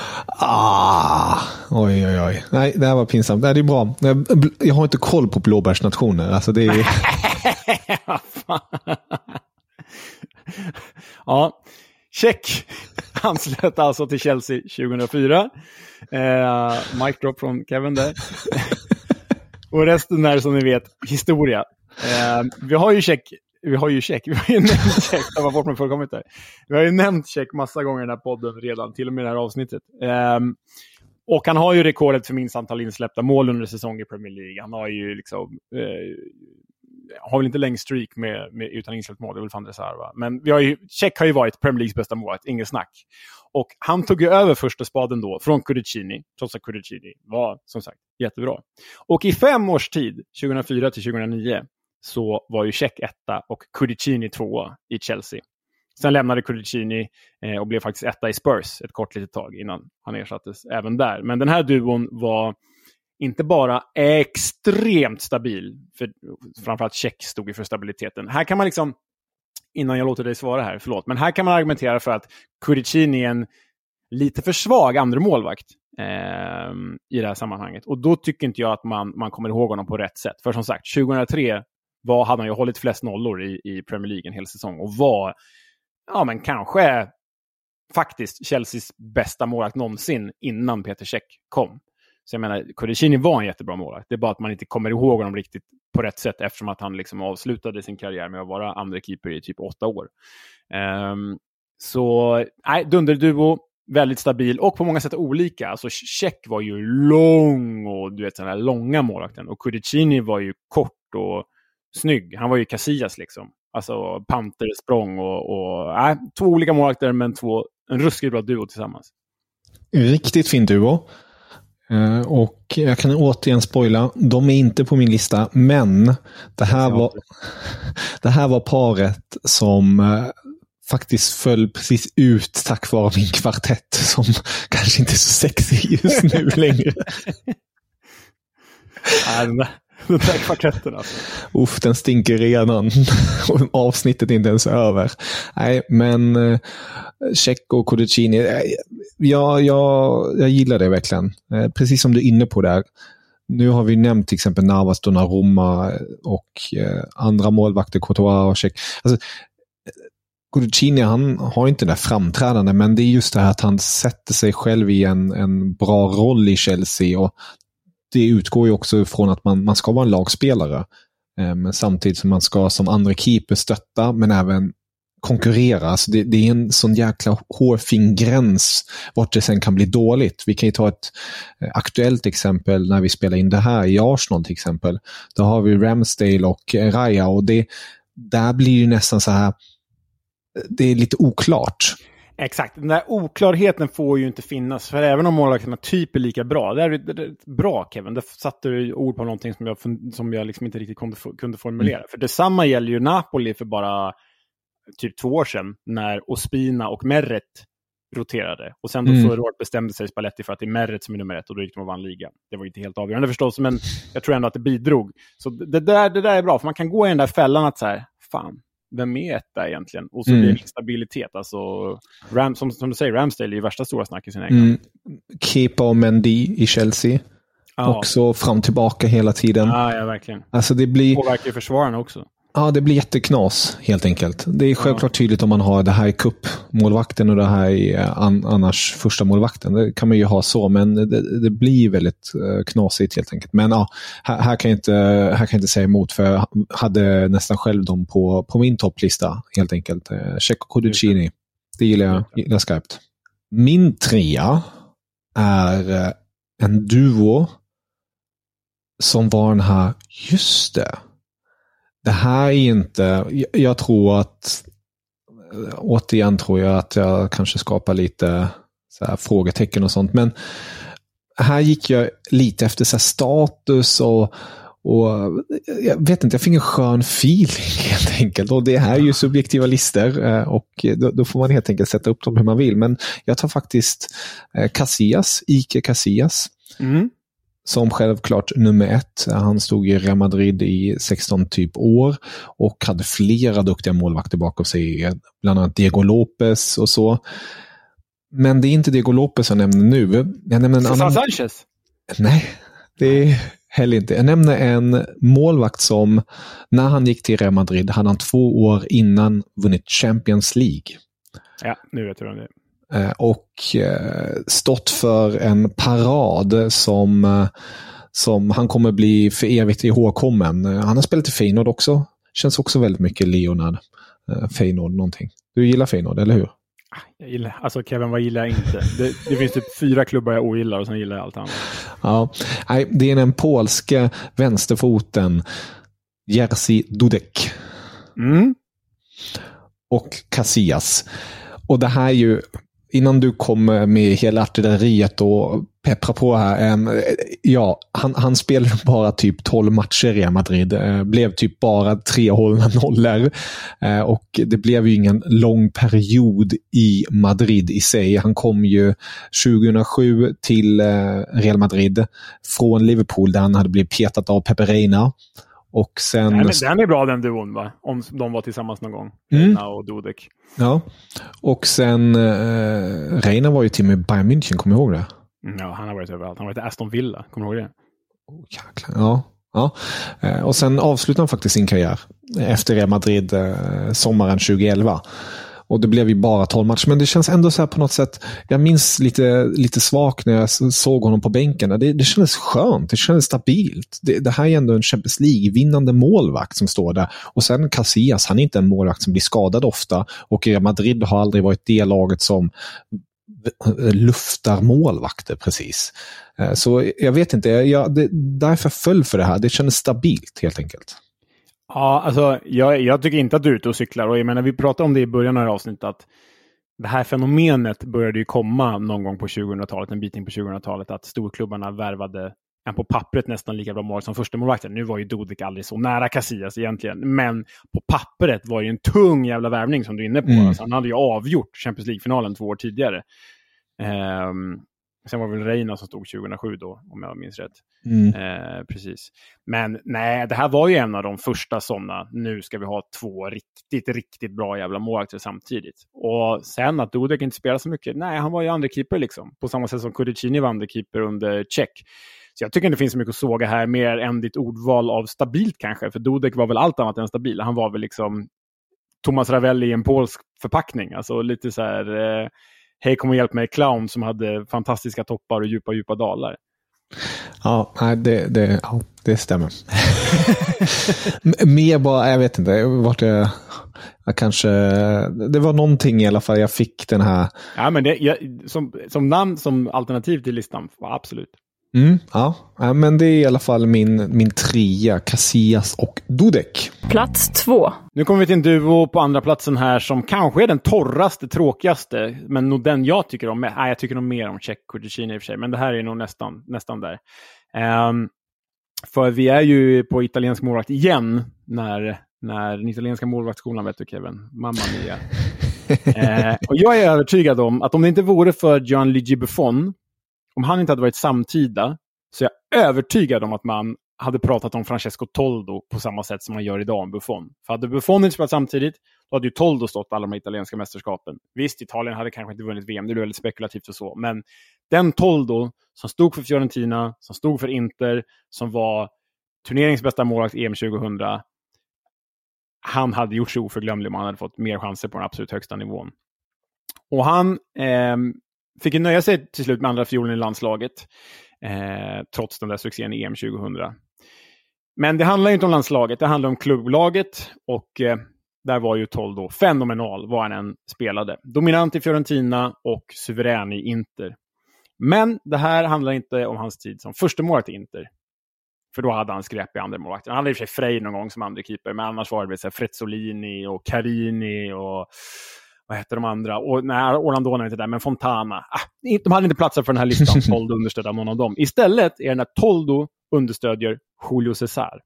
Oj. Nej, det här var pinsamt. Nej, det är bra. Jag har inte koll på blåbärsnationer. Alltså det är... Ja, Cech anslöt alltså till Chelsea 2004. Mic drop från Kevin där. Och resten är, som ni vet, historia. Vi har ju nämnt Cech. Det var bort med fullkomligt där. Vi har ju nämnt Cech massa gånger i den här podden redan, till och med det här avsnittet. Och han har ju rekordet för minst antal insläppta mål under säsong i Premier League. Han har ju liksom har väl inte längre streak med utan insläppt mål, det är väl fan reserva. Men Cech har ju varit Premier Leagues bästa målvakt, inget snack. Och han tog ju över första spaden då från Cudicini, trots att Cudicini var som sagt jättebra. Och i 5 års tid, 2004 till 2009, så var ju Cech etta och Cudicini tvåa i Chelsea. Sen lämnade Cudicini och blev faktiskt etta i Spurs ett kort litet tag innan han ersattes även där. Men den här duon var inte bara extremt stabil, för framförallt Cech stod ju för stabiliteten. Här kan man liksom, innan jag låter dig svara här, förlåt, men här kan man argumentera för att Cudicini är en lite för svag andra målvakt i det här sammanhanget. Och då tycker inte jag att man kommer ihåg honom på rätt sätt. För som sagt, 2003 hade han ju hållit flest nollor i Premier League en hel säsong och var, ja men kanske faktiskt Chelseas bästa målvakt någonsin innan Peter Cech kom. Så jag menar, Cudicini var en jättebra målvakt. Det är bara att man inte kommer ihåg honom riktigt på rätt sätt, eftersom att han liksom avslutade sin karriär med att vara andra keeper i typ 8 år. Så dunderduo, väldigt stabil och på många sätt olika. Alltså Cech var ju lång och du vet den här långa målvakten, och Cudicini var ju kort och snygg. Han var ju Casillas liksom. Alltså pantersprång och 2 olika målvakter, men en ruskigt bra duo tillsammans. Riktigt fin duo. Och jag kan återigen spoila, de är inte på min lista, men det här var paret som faktiskt föll precis ut tack vare min kvartett som kanske inte är så sexig just nu längre. Den där kvartetten alltså. Den stinker redan. Avsnittet är inte ens över. Nej, men Cech och Cudicini, jag gillar det verkligen. Precis som du är inne på där. Nu har vi nämnt till exempel Navas, Donnarumma och andra målvakter, Courtois och Cech. Alltså, Cudicini, han har inte det där framträdande, men det är just det här att han sätter sig själv i en bra roll i Chelsea, och det utgår ju också från att man ska vara en lagspelare, men samtidigt som man ska som andra keeper stötta, men även konkurrera. Alltså det är en sån jäkla hårfin gräns vart det sen kan bli dåligt. Vi kan ju ta ett aktuellt exempel när vi spelar in det här i Arsenal till exempel. Då har vi Ramsdale och Raya och där blir det nästan så här, det är lite oklart. Exakt, den där oklarheten får ju inte finnas, för även om målvakterna typ är lika bra, det är bra Kevin, det satte du ord på någonting som jag liksom inte riktigt kunde formulera. För detsamma gäller ju Napoli för bara typ 2 år sedan när Ospina och Meret roterade. Och sen då förra året bestämde sig Spalletti för att det är Meret som är nummer 1 och då gick de och vann ligan. Det var inte helt avgörande förstås, men jag tror ändå att det bidrog. Så det där är bra, för man kan gå i den där fällan att så här, fan, vem är detta egentligen? Och så blir det stabilitet. Alltså, som du säger, Ramsdale är ju värsta stora snack i sin egen. Kepa och Mendy i Chelsea. Ja. Också fram tillbaka hela tiden. Ja, verkligen. Alltså det blir... påverkar försvararna också. Ja, det blir jätteknas helt enkelt. Det är självklart tydligt om man har det här i kuppmålvakten och det här i annars första målvakten. Det kan man ju ha så, men det blir väldigt knasigt helt enkelt. Men ja, här kan jag inte säga emot, för jag hade nästan själv dem på min topplista helt enkelt. Cecco Cudicini. Det gillar jag skarpt. Min 3 är en duo som var den här, just det här är inte, jag tror att återigen tror jag att jag kanske skapar lite så här frågetecken och sånt, men här gick jag lite efter så här status och jag vet inte, jag fick en skön feeling helt enkelt, och det här är ju subjektiva listor och då får man helt enkelt sätta upp dem hur man vill, men jag tar faktiskt Ike Casillas. Som självklart nummer 1. Han stod i Real Madrid i 16 typ år och hade flera duktiga målvakter bakom sig, bland annat Diego Lopez och så. Men det är inte Diego Lopez jag nämner nu. Jag nämner en annan... Sanchez? Nej, det är heller inte. Jag nämner en målvakt som när han gick till Real Madrid hade han 2 år innan vunnit Champions League. Ja, nu vet du om det. Och stått för en parad som han kommer bli för evigt ihågkommen. Han har spelat i Feyenoord också. Känns också väldigt mycket Leonard. Feyenoord någonting. Du gillar Feyenoord, eller hur? Jag gillar, alltså Kevin, vad gillar jag inte? Det finns typ 4 klubbar jag ogillar och sen gillar jag allt annat. Ja, det är den polska vänsterfoten Jerzy Dudek. Och Casillas. Och det här är ju, innan du kommer med hela artilleriet och peppra på här. Han spelade bara typ 12 matcher i Madrid. Blev typ bara 3 hållna nollor. Och det blev ju ingen lång period i Madrid i sig. Han kom ju 2007 till Real Madrid från Liverpool där han hade blivit petat av Pepe Reina. Och sen... Den är bra, den duon, va? Om de var tillsammans någon gång. Reina och Dudek. Ja. Och sen Reina var ju till med Bayern München, kommer du ihåg det? Ja, han har varit överallt. Han har varit i Aston Villa, kommer du ihåg det? Jäklar. Ja. Och sen avslutade han faktiskt sin karriär efter Real Madrid sommaren 2011. Och det blev ju bara 12 matcher. Men det känns ändå så här på något sätt. Jag minns lite svagt när jag såg honom på bänken. Det kändes skönt. Det kändes stabilt. Det här är ändå en Champions League-vinnande målvakt som står där. Och sen Casillas, han är inte en målvakt som blir skadad ofta. Och Real Madrid har aldrig varit det laget som luftar målvakter precis. Så jag vet inte. Därför föll för det här. Det kändes stabilt helt enkelt. Ja, alltså jag tycker inte att du är ute och cyklar. Och jag menar, vi pratade om det i början av avsnittet att det här fenomenet började ju komma någon gång på 2000-talet, en bit in på 2000-talet, att storklubbarna värvade en på pappret nästan lika bra mål som första målvakten. Nu var ju Dudek aldrig så nära Casillas egentligen, men på pappret var det ju en tung jävla värvning som du är inne på. Alltså, han hade ju avgjort Champions League-finalen 2 år tidigare. Sen var väl Reina som stod 2007 då, om jag minns rätt. Precis. Men nej, det här var ju en av de första sådana. Nu ska vi ha 2 riktigt bra jävla målvakter samtidigt. Och sen att Dudek inte spelar så mycket. Nej, han var ju andrekeeper liksom. På samma sätt som Cudicini var andrekeeper under Cech. Så jag tycker det finns mycket att såga här, mer än ditt ordval av stabilt kanske. För Dudek var väl allt annat än stabil. Han var väl liksom Thomas Ravelli i en polsk förpackning. Alltså lite så här... hej, kom och hjälp mig, clown som hade fantastiska toppar och djupa dalar. Ja, det stämmer. Mer bara, jag vet inte, vart jag kanske, det var någonting i alla fall, jag fick den här. Ja, men som namn, som alternativ till listan, absolut. Ja, men det är i alla fall min trea, Casillas och Dudek. Plats 2. Nu kommer vi till en duo på andra platsen här som kanske är den torraste, tråkigaste, men nog den jag tycker om. Jag tycker nog mer om Čech Kudryšin i och för sig, men det här är nog nästan där. För vi är ju på italiensk målvakt igen när den italienska målvaktsskolan, vet du Kevin, mamma mia. Och jag är övertygad om att om det inte vore för Gianluigi Buffon, om han inte hade varit samtida, så är jag övertygad om att man hade pratat om Francesco Toldo på samma sätt som man gör idag om Buffon. För hade Buffon inte spelat samtidigt, då hade ju Toldo stått alla de italienska mästerskapen. Visst, Italien hade kanske inte vunnit VM, det är väldigt spekulativt och så. Men den Toldo som stod för Fiorentina, som stod för Inter, som var turneringsbästa målvakt EM 2000, han hade gjort sig oförglömlig om han hade fått mer chanser på den absolut högsta nivån. Och han fick ju nöja sig till slut med andra fiolen i landslaget, trots den där succén i EM 2000. Men det handlar ju inte om landslaget, det handlar om klubblaget, och där var ju Toldo fenomenal vad han än spelade. Dominant i Fiorentina och suverän i Inter. Men det här handlar inte om hans tid som första målvakt i Inter. För då hade han skräp i andra målvakten. Han hade i och för sig Frey någon gång som andra keeper, men annars var det så här Frezzolini och Carini och vad heter de andra? Och nej, Orlandona är inte där, men Fontana. De hade inte platsat för den här listan. Toldo understödde någon av dem. Istället är det när Toldo understödjer Julio César.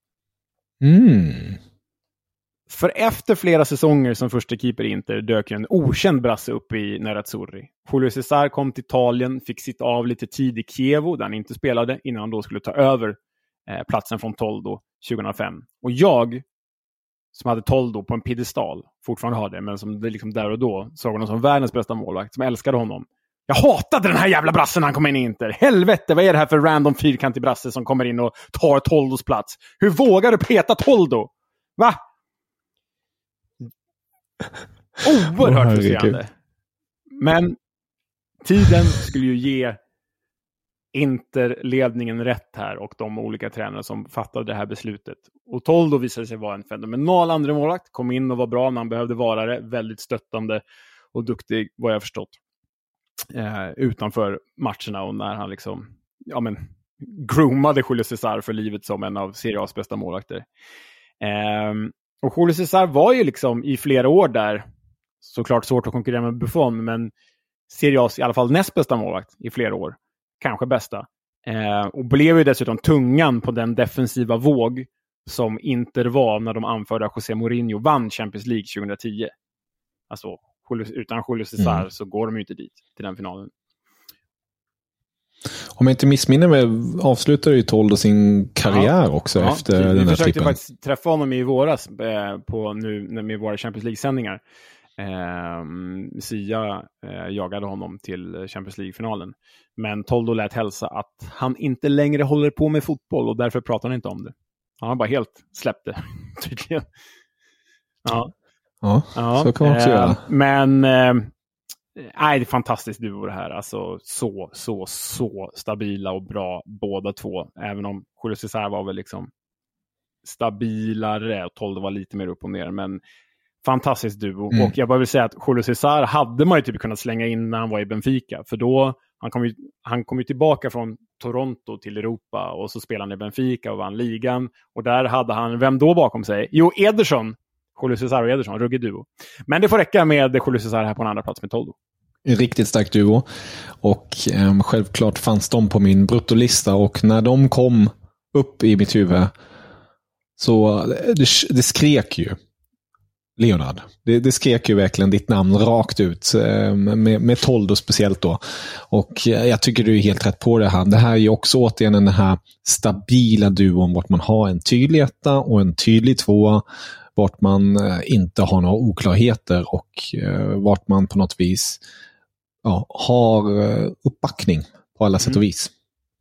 För efter flera säsonger som första keeper i Inter dök en okänd brasse upp i Nerazzurri. Julio César kom till Italien, fick sitta av lite tid i Chievo där han inte spelade, innan han då skulle ta över platsen från Toldo 2005. Och jag, som hade Toldo på en piedestal, fortfarande har det, men som det liksom där och då såg honom som världens bästa målvakt, som älskade honom. Jag hatade den här jävla brassen när han kom in i Inter. Helvete, vad är det här för random fyrkantig brasse som kommer in och tar Toldos plats? Hur vågar du peta Toldo? Va? Oerhört frustrerande. Men tiden skulle ju ge Inter-ledningen rätt här, och de olika tränare som fattade det här beslutet. Och Toldo visade sig vara en fenomenal andra målvakt. Kom in och var bra när han behövde vara det. Väldigt stöttande och duktig, vad jag förstått. Utanför matcherna, och när han liksom groomade Julio César för livet som en av Serie A's bästa målvakter. Och Julio César var ju liksom i flera år där, såklart svårt att konkurrera med Buffon, men Serie A's i alla fall näst bästa målvakt i flera år. Kanske bästa. Och blev ju dessutom tungan på den defensiva våg som Inter var när de anförde José Mourinho vann Champions League 2010. Alltså, utan Julio César så går de ju inte dit till den finalen. Om jag inte missminner mig avslutade ju Toldo sin karriär också efter den här trippen. Vi försökte faktiskt träffa honom i våras på nu med våra Champions League-sändningar. Sia jagade honom till Champions League-finalen. Men Toldo lät hälsa att han inte längre håller på med fotboll, och därför pratar han inte om det. Han har bara helt släppt det, tydligen. Ja, så kan man också göra. Men det är fantastiskt duo det här. Alltså så stabila och bra båda två. Även om Julio César var väl liksom stabilare och Toldo var lite mer upp och ner. Men fantastiskt duo. Och jag bara vill säga att Julio César hade man ju typ kunnat slänga in när han var i Benfica. För då, han kom ju tillbaka från Toronto till Europa, och så spelade han i Benfica och vann ligan. Och där hade han, vem då bakom sig? Jo, Ederson. Julio César och Ederson, ruggig duo. Men det får räcka med Julio César här på en andra plats med Toldo. En riktigt stark duo. Och självklart fanns de på min bruttolista, och när de kom upp i mitt huvud så det skrek ju Leonard. Det skrek ju verkligen ditt namn rakt ut, med Toldo speciellt då. Och jag tycker du är helt rätt på det här. Det här är ju också återigen den här stabila duon, vart man har en tydlig etta och en tydlig tvåa, vart man inte har några oklarheter, och vart man på något vis har uppbackning på alla sätt och vis.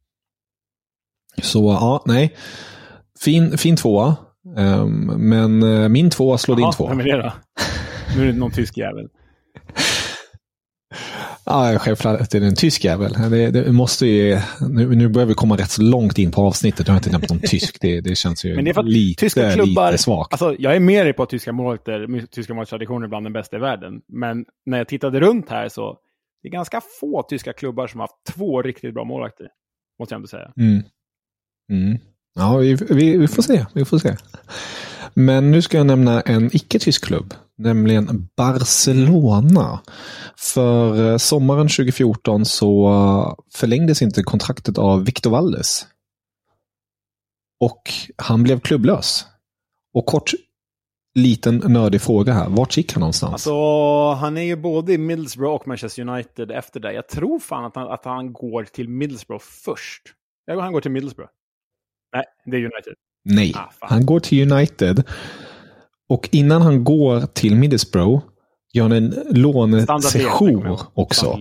Så fin tvåa. Men min tvåa slår din tvåa. Vem är det då? Nu är det någon tysk jävel. Ja, självklart. Det är en tysk jävel. Det måste ju, nu börjar vi komma rätt så långt in på avsnittet. Jag har inte nämnt någon tysk. Det känns ju lite svagt. Alltså, jag är mer på tyska måltraditioner bland den bästa i världen. Men när jag tittade runt här så det är ganska få tyska klubbar som har haft 2 riktigt bra målvakter. Måste jag ändå säga. Ja, vi får se. Vi får se. Men nu ska jag nämna en icke-tysk klubb, nämligen Barcelona. För sommaren 2014 så förlängdes inte kontraktet av Victor Valdés. Och han blev klubblös. Och kort, liten nördig fråga här. Vart gick han någonstans? Alltså, han är ju både i Middlesbrough och Manchester United efter det. Jag tror fan att han går till Middlesbrough först. Han går till Middlesbrough. Nej, det är United. Nej, han går till United. Och innan han går till Middlesbrough gör han en lånesession också.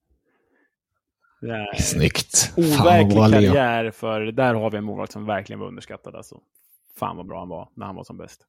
Snyggt. Overklig karriär, för där har vi en målvakt som verkligen var underskattad. Alltså. Fan vad bra han var när han var som bäst.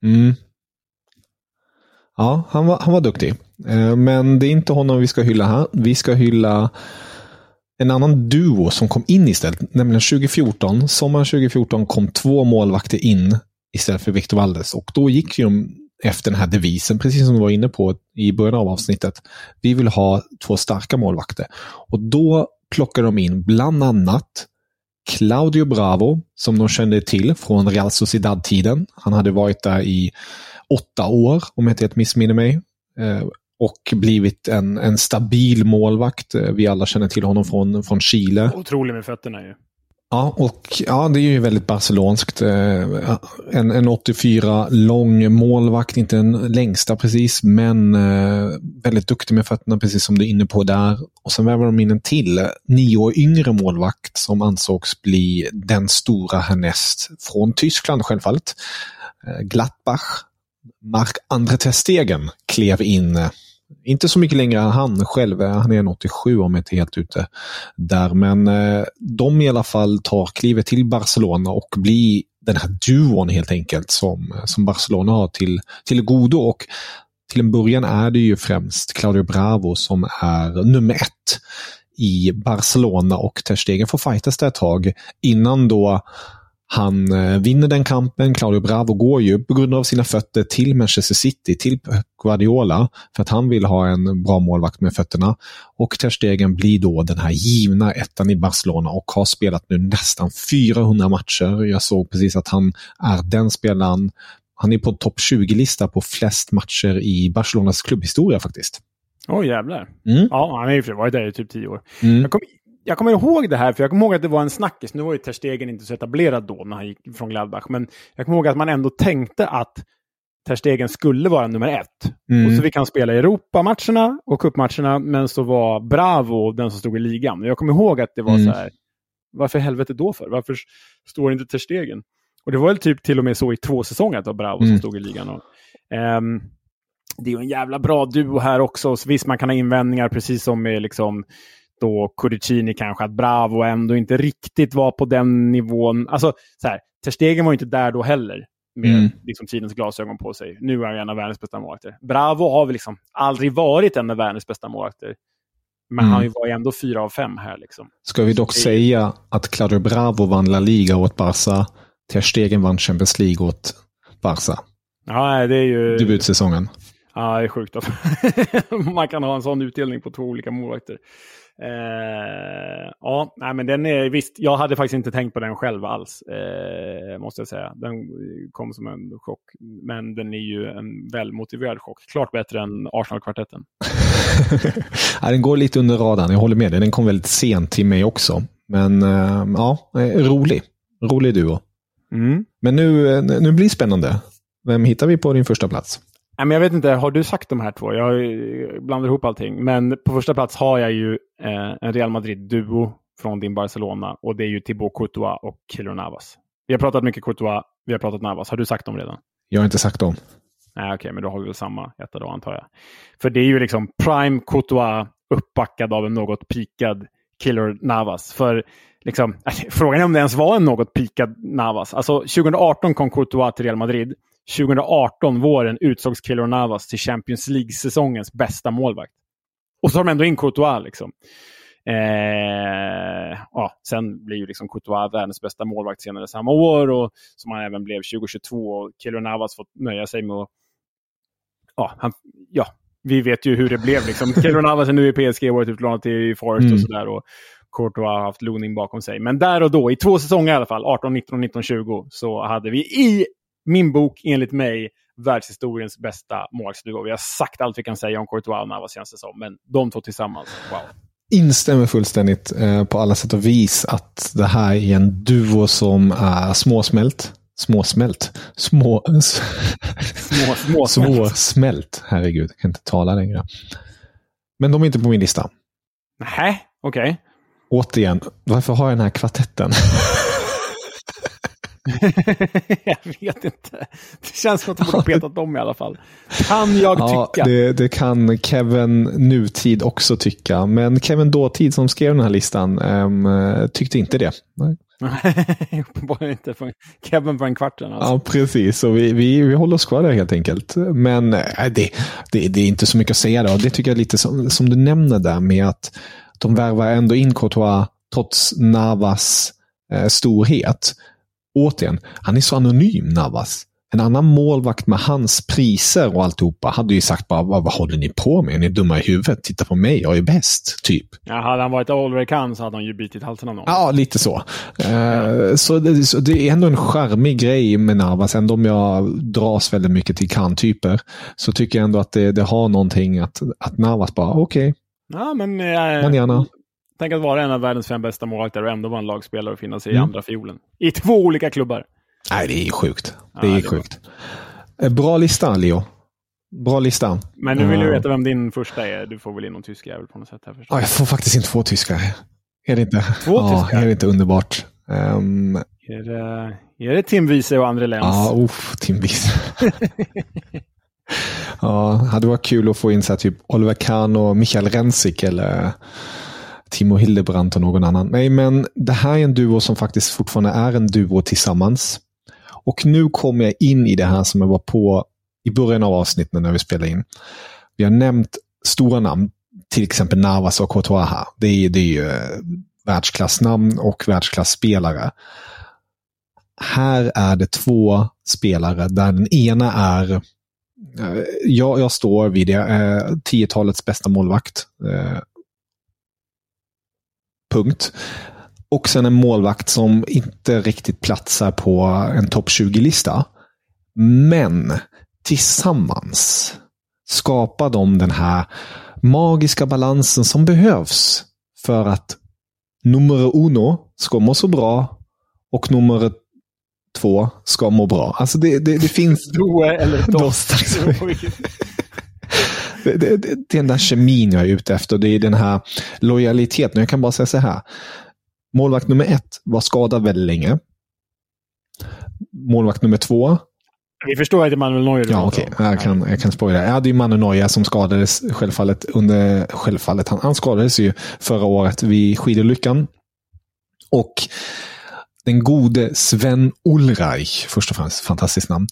Ja, han var duktig. Men det är inte honom vi ska hylla här. Vi ska hylla en annan duo som kom in istället. Nämligen 2014. Sommaren 2014 kom 2 målvakter in istället för Victor Valdés. Och då gick de efter den här devisen, precis som du var inne på i början av avsnittet. Vi vill ha 2 starka målvakter. Och då plockade de in bland annat Claudio Bravo, som de kände till från Real Sociedad-tiden. Han hade varit där i 8 år, om jag inte helt missminner mig. Och blivit en stabil målvakt. Vi alla känner till honom från Chile. Otrolig med fötterna ju. Ja, det är ju väldigt barcelonskt. En 84 lång målvakt, inte den längsta precis, men väldigt duktig med fötterna, precis som du är inne på där. Och sen värvade de in en till 9 år yngre målvakt som ansågs bli den stora härnäst från Tyskland självfallet. Gladbach. Marc-André ter Stegen klev in. Inte så mycket längre än han själv. Han är en 87 om jag inte är helt ute där. Men de i alla fall tar klivet till Barcelona och blir den här duon helt enkelt som Barcelona har till godo. Och till en början är det ju främst Claudio Bravo som är nummer 1 i Barcelona, och ter Stegen får fightas där ett tag innan då han vinner den kampen. Claudio Bravo går ju på grund av sina fötter till Manchester City, till Guardiola, för att han vill ha en bra målvakt med fötterna. Och ter Stegen blir då den här givna ettan i Barcelona och har spelat nu nästan 400 matcher. Jag såg precis att han är den spelaren. Han är på topp 20-lista på flest matcher i Barcelonas klubbhistoria faktiskt. Jävlar. Ja, han har ju varit där i typ 10 år. Jag kommer ihåg det här, för jag kommer ihåg att det var en snackis. Nu var ju ter Stegen inte så etablerad då när han gick från Gladbach. Men jag kommer ihåg att man ändå tänkte att ter Stegen skulle vara nummer 1. Och så fick han spela i Europamatcherna och cupmatcherna, men så var Bravo den som stod i ligan. Och jag kommer ihåg att det var så här, varför helvete då för? Varför står inte ter Stegen? Och det var väl typ till och med så i 2 säsonger att det var Bravo som stod i ligan. Och, det är ju en jävla bra duo här också. Så visst, man kan ha invändningar precis som med liksom då Cudicini kanske, att Bravo ändå inte riktigt var på den nivån. Alltså så här, ter Stegen var inte där då heller med liksom tidens glasögon på sig. Nu är han en av världens bästa målvakter. Bravo har väl liksom aldrig varit en av världens bästa målvakter. Men han var ju ändå 4 av 5 här liksom. Ska vi dock säga att Claudio Bravo vann La Liga åt Barca, ter Stegen vann Champions League åt Barca. Ja, det är ju debutsäsongen. Ja, det är sjukt att man kan ha en sån utdelning på 2 olika målvakter. Ja, nej, men den är visst, jag hade faktiskt inte tänkt på den själv alls, måste jag säga. Den kom som en chock, men den är ju en välmotiverad chock. Klart bättre än Arsenal-kvartetten. Ja, den går lite under radarn, jag håller med dig. Den kom väldigt sent till mig också. Men ja, rolig duo. Men nu blir det spännande. Vem hittar vi på din första plats? Men jag vet inte, har du sagt de här 2? Jag blandar ihop allting. Men på första plats har jag ju en Real Madrid-duo från din Barcelona. Och det är ju Thibaut Courtois och Keylor Navas. Vi har pratat mycket Courtois, vi har pratat Navas. Har du sagt dem redan? Jag har inte sagt dem. Nej, okej, men då har vi väl samma etta då, antar jag. För det är ju liksom prime Courtois uppbackad av en något pikad Keylor Navas. För liksom, frågan är om det ens var en något pikad Navas. Alltså 2018 kom Courtois till Real Madrid. 2018 våren utsågs Keylor Navas till Champions League-säsongens bästa målvakt. Och så har de ändå in Courtois liksom. Sen blir ju liksom Courtois världens bästa målvakt senare samma år, och som han även blev 2022, och Keylor Navas fått nöja sig med att vi vet ju hur det blev liksom. Keylor Navas är nu i PSG, varit utlånad till Forest och sådär, och Courtois har haft Luning bakom sig. Men där och då, i 2 säsonger i alla fall, 18, 19, 19, 20, så hade vi i min bok, enligt mig, världshistoriens bästa målvaktsduo. Vi har sagt allt vi kan säga om Courtois och Navas känns det som, men de två tillsammans, wow. Instämmer fullständigt på alla sätt och vis att det här är en duo som är svårsmält. Herregud, jag kan inte tala längre. Men de är inte på min lista. Nej, okej. Återigen, varför har jag den här kvartetten? Jag vet inte. Det känns som att de borde ha petat dem i alla fall. Kan jag tycka? Det kan Kevin nutid också tycka. Men Kevin dåtid som skrev den här listan tyckte inte det. Bara inte Kevin på en kvarten. Alltså. Ja, precis. Så vi håller oss kvar där helt enkelt. Men det är inte så mycket att säga då. Det tycker jag lite som du nämner där med att de värvar ändå in Courtois trots Navas storhet. Återigen, han är så anonym, Navas. En annan målvakt med hans priser och alltihopa hade ju sagt bara, vad håller ni på med? Ni är dumma i huvudet. Titta på mig, jag är bäst, typ. Ja, hade han varit Oliver Kahn så hade han ju bitit halsen av någon. Ja, lite så. Så det är ändå en charmig grej med Navas. Ändå om jag dras väldigt mycket till Kahn-typer, så tycker jag ändå att det har någonting att Navas bara, okej. Ja, men gärna. Tänk att vara en av världens 5 bästa målvakter och ändå vara en lagspelare och finna sig i andra fiolen. I 2 olika klubbar. Nej, det är sjukt. Det är sjukt. Bra lista, Leo. Bra lista. Men nu vill du veta vem din första är. Du får väl in någon tysk jävel på något sätt här först. Jag får faktiskt in 2 tyskar. Är det inte? 2 tyskar? Är det inte underbart? Är det Tim Wiese och André Lenz? Ja, Tim Wiese. Hade varit kul att få in så här, typ Oliver Kahn och Michael Rensik eller Timo Hildebrandt och någon annan. Nej, men det här är en duo som faktiskt fortfarande är en duo tillsammans. Och nu kommer jag in i det här som jag var på i början av avsnittet när vi spelade in. Vi har nämnt stora namn, till exempel Navas och Courtois. Det är ju världsklassnamn och världsklasspelare. Här är det 2 spelare där den ena är jag står vid det 10-talets bästa målvakt. Punkt. Och sen en målvakt som inte riktigt platsar på en topp 20-lista. Men tillsammans skapar de den här magiska balansen som behövs för att nummer 1 ska må så bra och nummer 2 ska må bra. Alltså det finns det är den där kemin jag är ute efter. Det är den här lojaliteten. Jag kan bara säga så här. Målvakt nummer 1 var skadad väldigt länge. Målvakt nummer 2. Vi förstår att det är Manuel Neuer. Ja, okej. Jag kan spoila. Ja, det är Manuel Neuer som skadades självfallet. Han skadades ju förra året vid skidolyckan. Och den gode Sven Ulreich, först och främst, fantastiskt namn,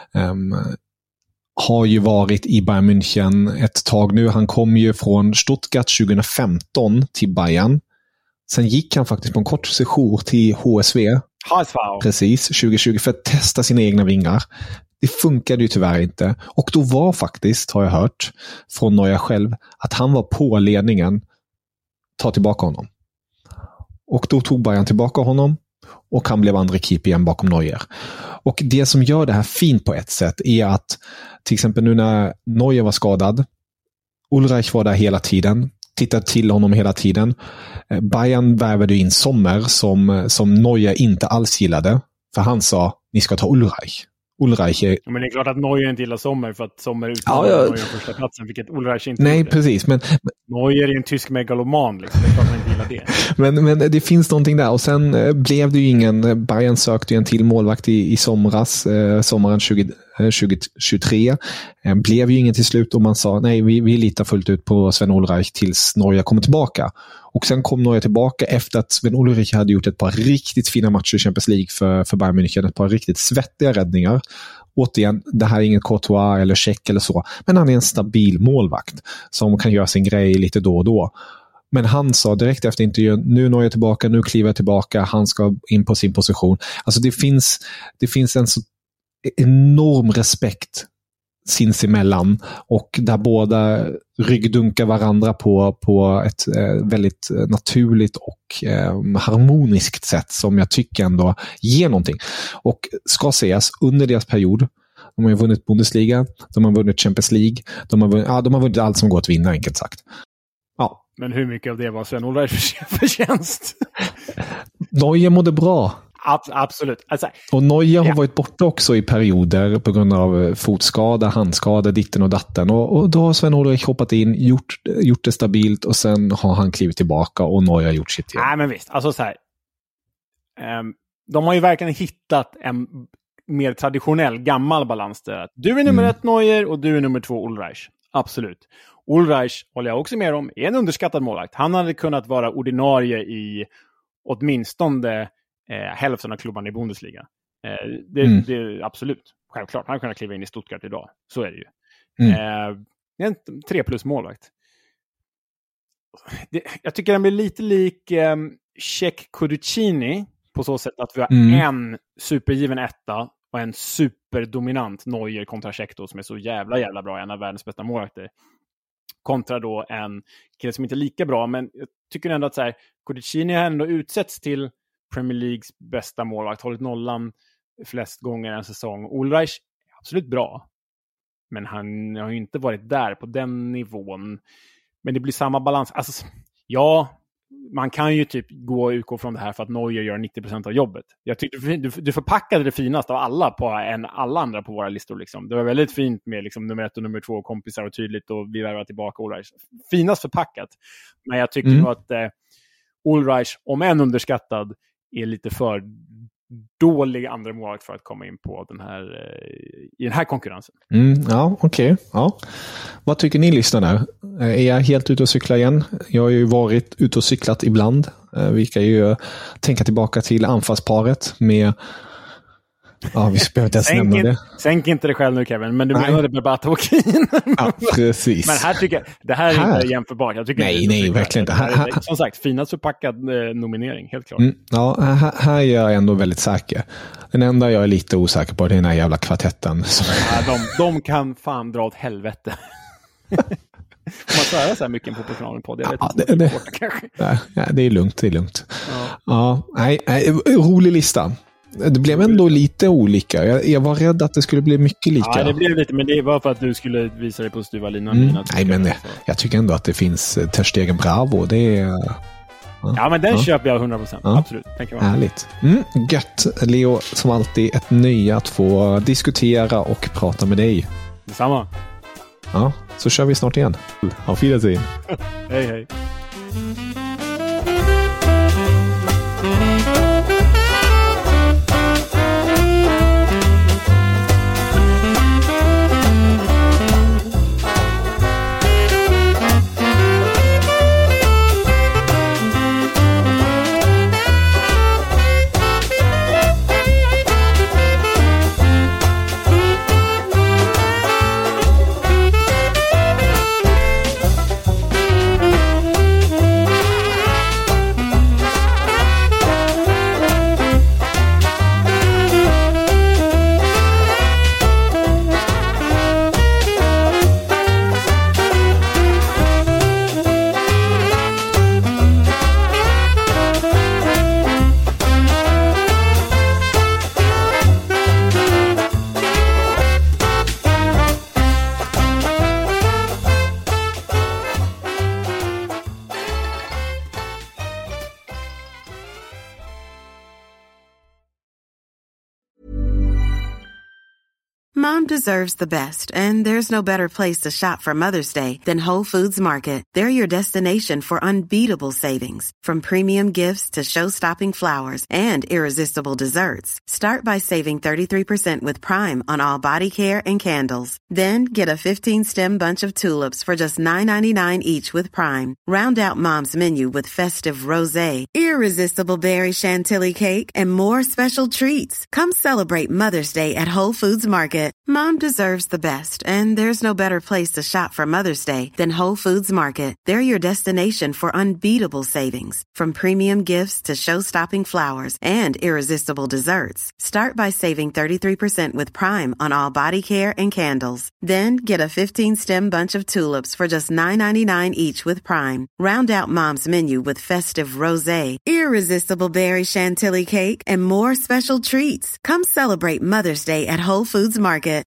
har ju varit i Bayern München ett tag nu. Han kom ju från Stuttgart 2015 till Bayern. Sen gick han faktiskt på en kort session till HSV. Precis, 2020 för att testa sina egna vingar. Det funkade ju tyvärr inte. Och då var faktiskt, har jag hört från Neuer själv, att han var på ledningen. Ta tillbaka honom. Och då tog Bayern tillbaka honom. Och han blev andra keeper igen bakom Neuer. Och det som gör det här fint på ett sätt är att till exempel nu när Neuer var skadad, Ulreich var där hela tiden, tittade till honom hela tiden. Bayern värvade in Sommer som Neuer inte alls gillade. För han sa, ni ska ta Ulreich. Men det är klart att Neuer inte gillar Sommer för att Sommer uttalade Neuer första platsen, vilket Ulreich inte Nej, gjorde. Precis. Men Neuer är en tysk megaloman. Liksom. Det är klart att han inte hela det. Men det finns någonting där. Och sen blev det ju ingen... Bayern sökte ju en till målvakt i somras, sommaren 2023. Blev ju ingen till slut och man sa nej, vi litar fullt ut på Sven Ulreich tills Neuer kommer tillbaka. Och sen kom Neuer tillbaka efter att Sven Ulreich hade gjort ett par riktigt fina matcher i Champions League för Bayern München. Ett par riktigt svettiga räddningar. Återigen, det här är ingen Courtois eller Check eller så. Men han är en stabil målvakt som kan göra sin grej lite då och då. Men han sa direkt efter intervjun, nu når jag tillbaka, nu kliver jag tillbaka, han ska in på sin position. Alltså det finns en så enorm respekt sinsemellan och där båda ryggdunkar varandra på ett väldigt naturligt och harmoniskt sätt som jag tycker ändå ger någonting. Och ska sägas, under deras period, de har ju vunnit Bundesliga, de har vunnit Champions League, de har vunnit allt som går att vinna, enkelt sagt. Ja. Men hur mycket av det var Sven Ulreichs förtjänst? Neuer mådde bra. Absolut. Alltså, och Neuer har varit borta också i perioder på grund av fotskada, handskada, ditten och datten. Och då har Sven Ulreich hoppat in, gjort det stabilt och sen har han klivit tillbaka och Neuer har gjort sitt igen. Nej, men visst. Alltså så här. De har ju verkligen hittat en mer traditionell, gammal balans där. Du är nummer 1 Neuer och du är nummer 2 Ulreich. Absolut. Ulreich, håller jag också med om, är en underskattad målvakt. Han hade kunnat vara ordinarie i åtminstone hälften av klubbarna i Bundesliga. Det absolut. Självklart. Han hade kunnat kliva in i Stuttgart idag. Så är det ju. En 3+ målvakt. Jag tycker den blir lite lik Czech Kuducini på så sätt att vi har en supergiven etta och en superdominant Neuer kontra Czech som är så jävla bra, en av världens bästa målvakter. Kontra då en kille som inte är lika bra, men jag tycker ändå att så här, Kuducini har ändå utsetts till Premier Leagues bästa målvakt, hållit nollan flest gånger en säsong. Ulreich är absolut bra, men han har ju inte varit där på den nivån. Men det blir samma balans. Alltså, ja, man kan ju typ utgå från det här för att Neuer gör 90% av jobbet. Jag tyckte du förpackade det finaste av alla alla andra på våra listor. Liksom. Det var väldigt fint med liksom, nummer 1 och nummer 2 kompisar och tydligt och vi värvar tillbaka Ulreich. Finast förpackat. Men jag tycker nog att Ulreich, om än underskattad, är lite för dålig andra målvakt för att komma in på i den här konkurrensen. Ja, okej. Ja. Vad tycker ni lyssnare? Är jag helt ute och cykla igen? Jag har ju varit ute och cyklat ibland. Vi kan ju tänka tillbaka till anfallsparet med... Ja, vi behöver inte ens nämna det. Sänk inte det själv nu, Kevin, men du menade Berbatov och Keane. Ja, precis. Men här tycker jag, det här är inte jämförbart. Jag tycker nej, verkligen inte. Som sagt, finast förpackad nominering, helt klart. Ja, här är jag ändå väldigt säker. Den enda jag är lite osäker på är den här jävla kvartetten. Ja, de kan fan dra åt helvete. Får man säga så här mycket på Proportionalen-podd? Jag vet inte. Det är lugnt. Ja, nej, rolig lista. Det blev ändå lite olika. Jag var rädd att det skulle bli mycket lika. Ja, det blev lite, men det var för att du skulle visa dig på styva linan. Nej, men jag tycker ändå att det finns Ter Stegen Bravo. Det är... Ja, men den köper jag 100%. Ja. Absolut. Härligt. Gött. Leo, som alltid ett nöje att få diskutera och prata med dig. Detsamma. Ja, så kör vi snart igen. Auf Wiedersehen. Hej. Mom deserves the best, and there's no better place to shop for Mother's Day than Whole Foods Market. They're your destination for unbeatable savings, from premium gifts to show-stopping flowers and irresistible desserts. Start by saving 33% with Prime on all body care and candles. Then get a 15-stem bunch of tulips for just $9.99 each with Prime. Round out Mom's menu with festive rosé, irresistible berry chantilly cake, and more special treats. Come celebrate Mother's Day at Whole Foods Market. Mom deserves the best, and there's no better place to shop for Mother's Day than Whole Foods Market. They're your destination for unbeatable savings, from premium gifts to show-stopping flowers and irresistible desserts. Start by saving 33% with Prime on all body care and candles. Then get a 15-stem bunch of tulips for just $9.99 each with Prime. Round out Mom's menu with festive rosé, irresistible berry chantilly cake, and more special treats. Come celebrate Mother's Day at Whole Foods Market.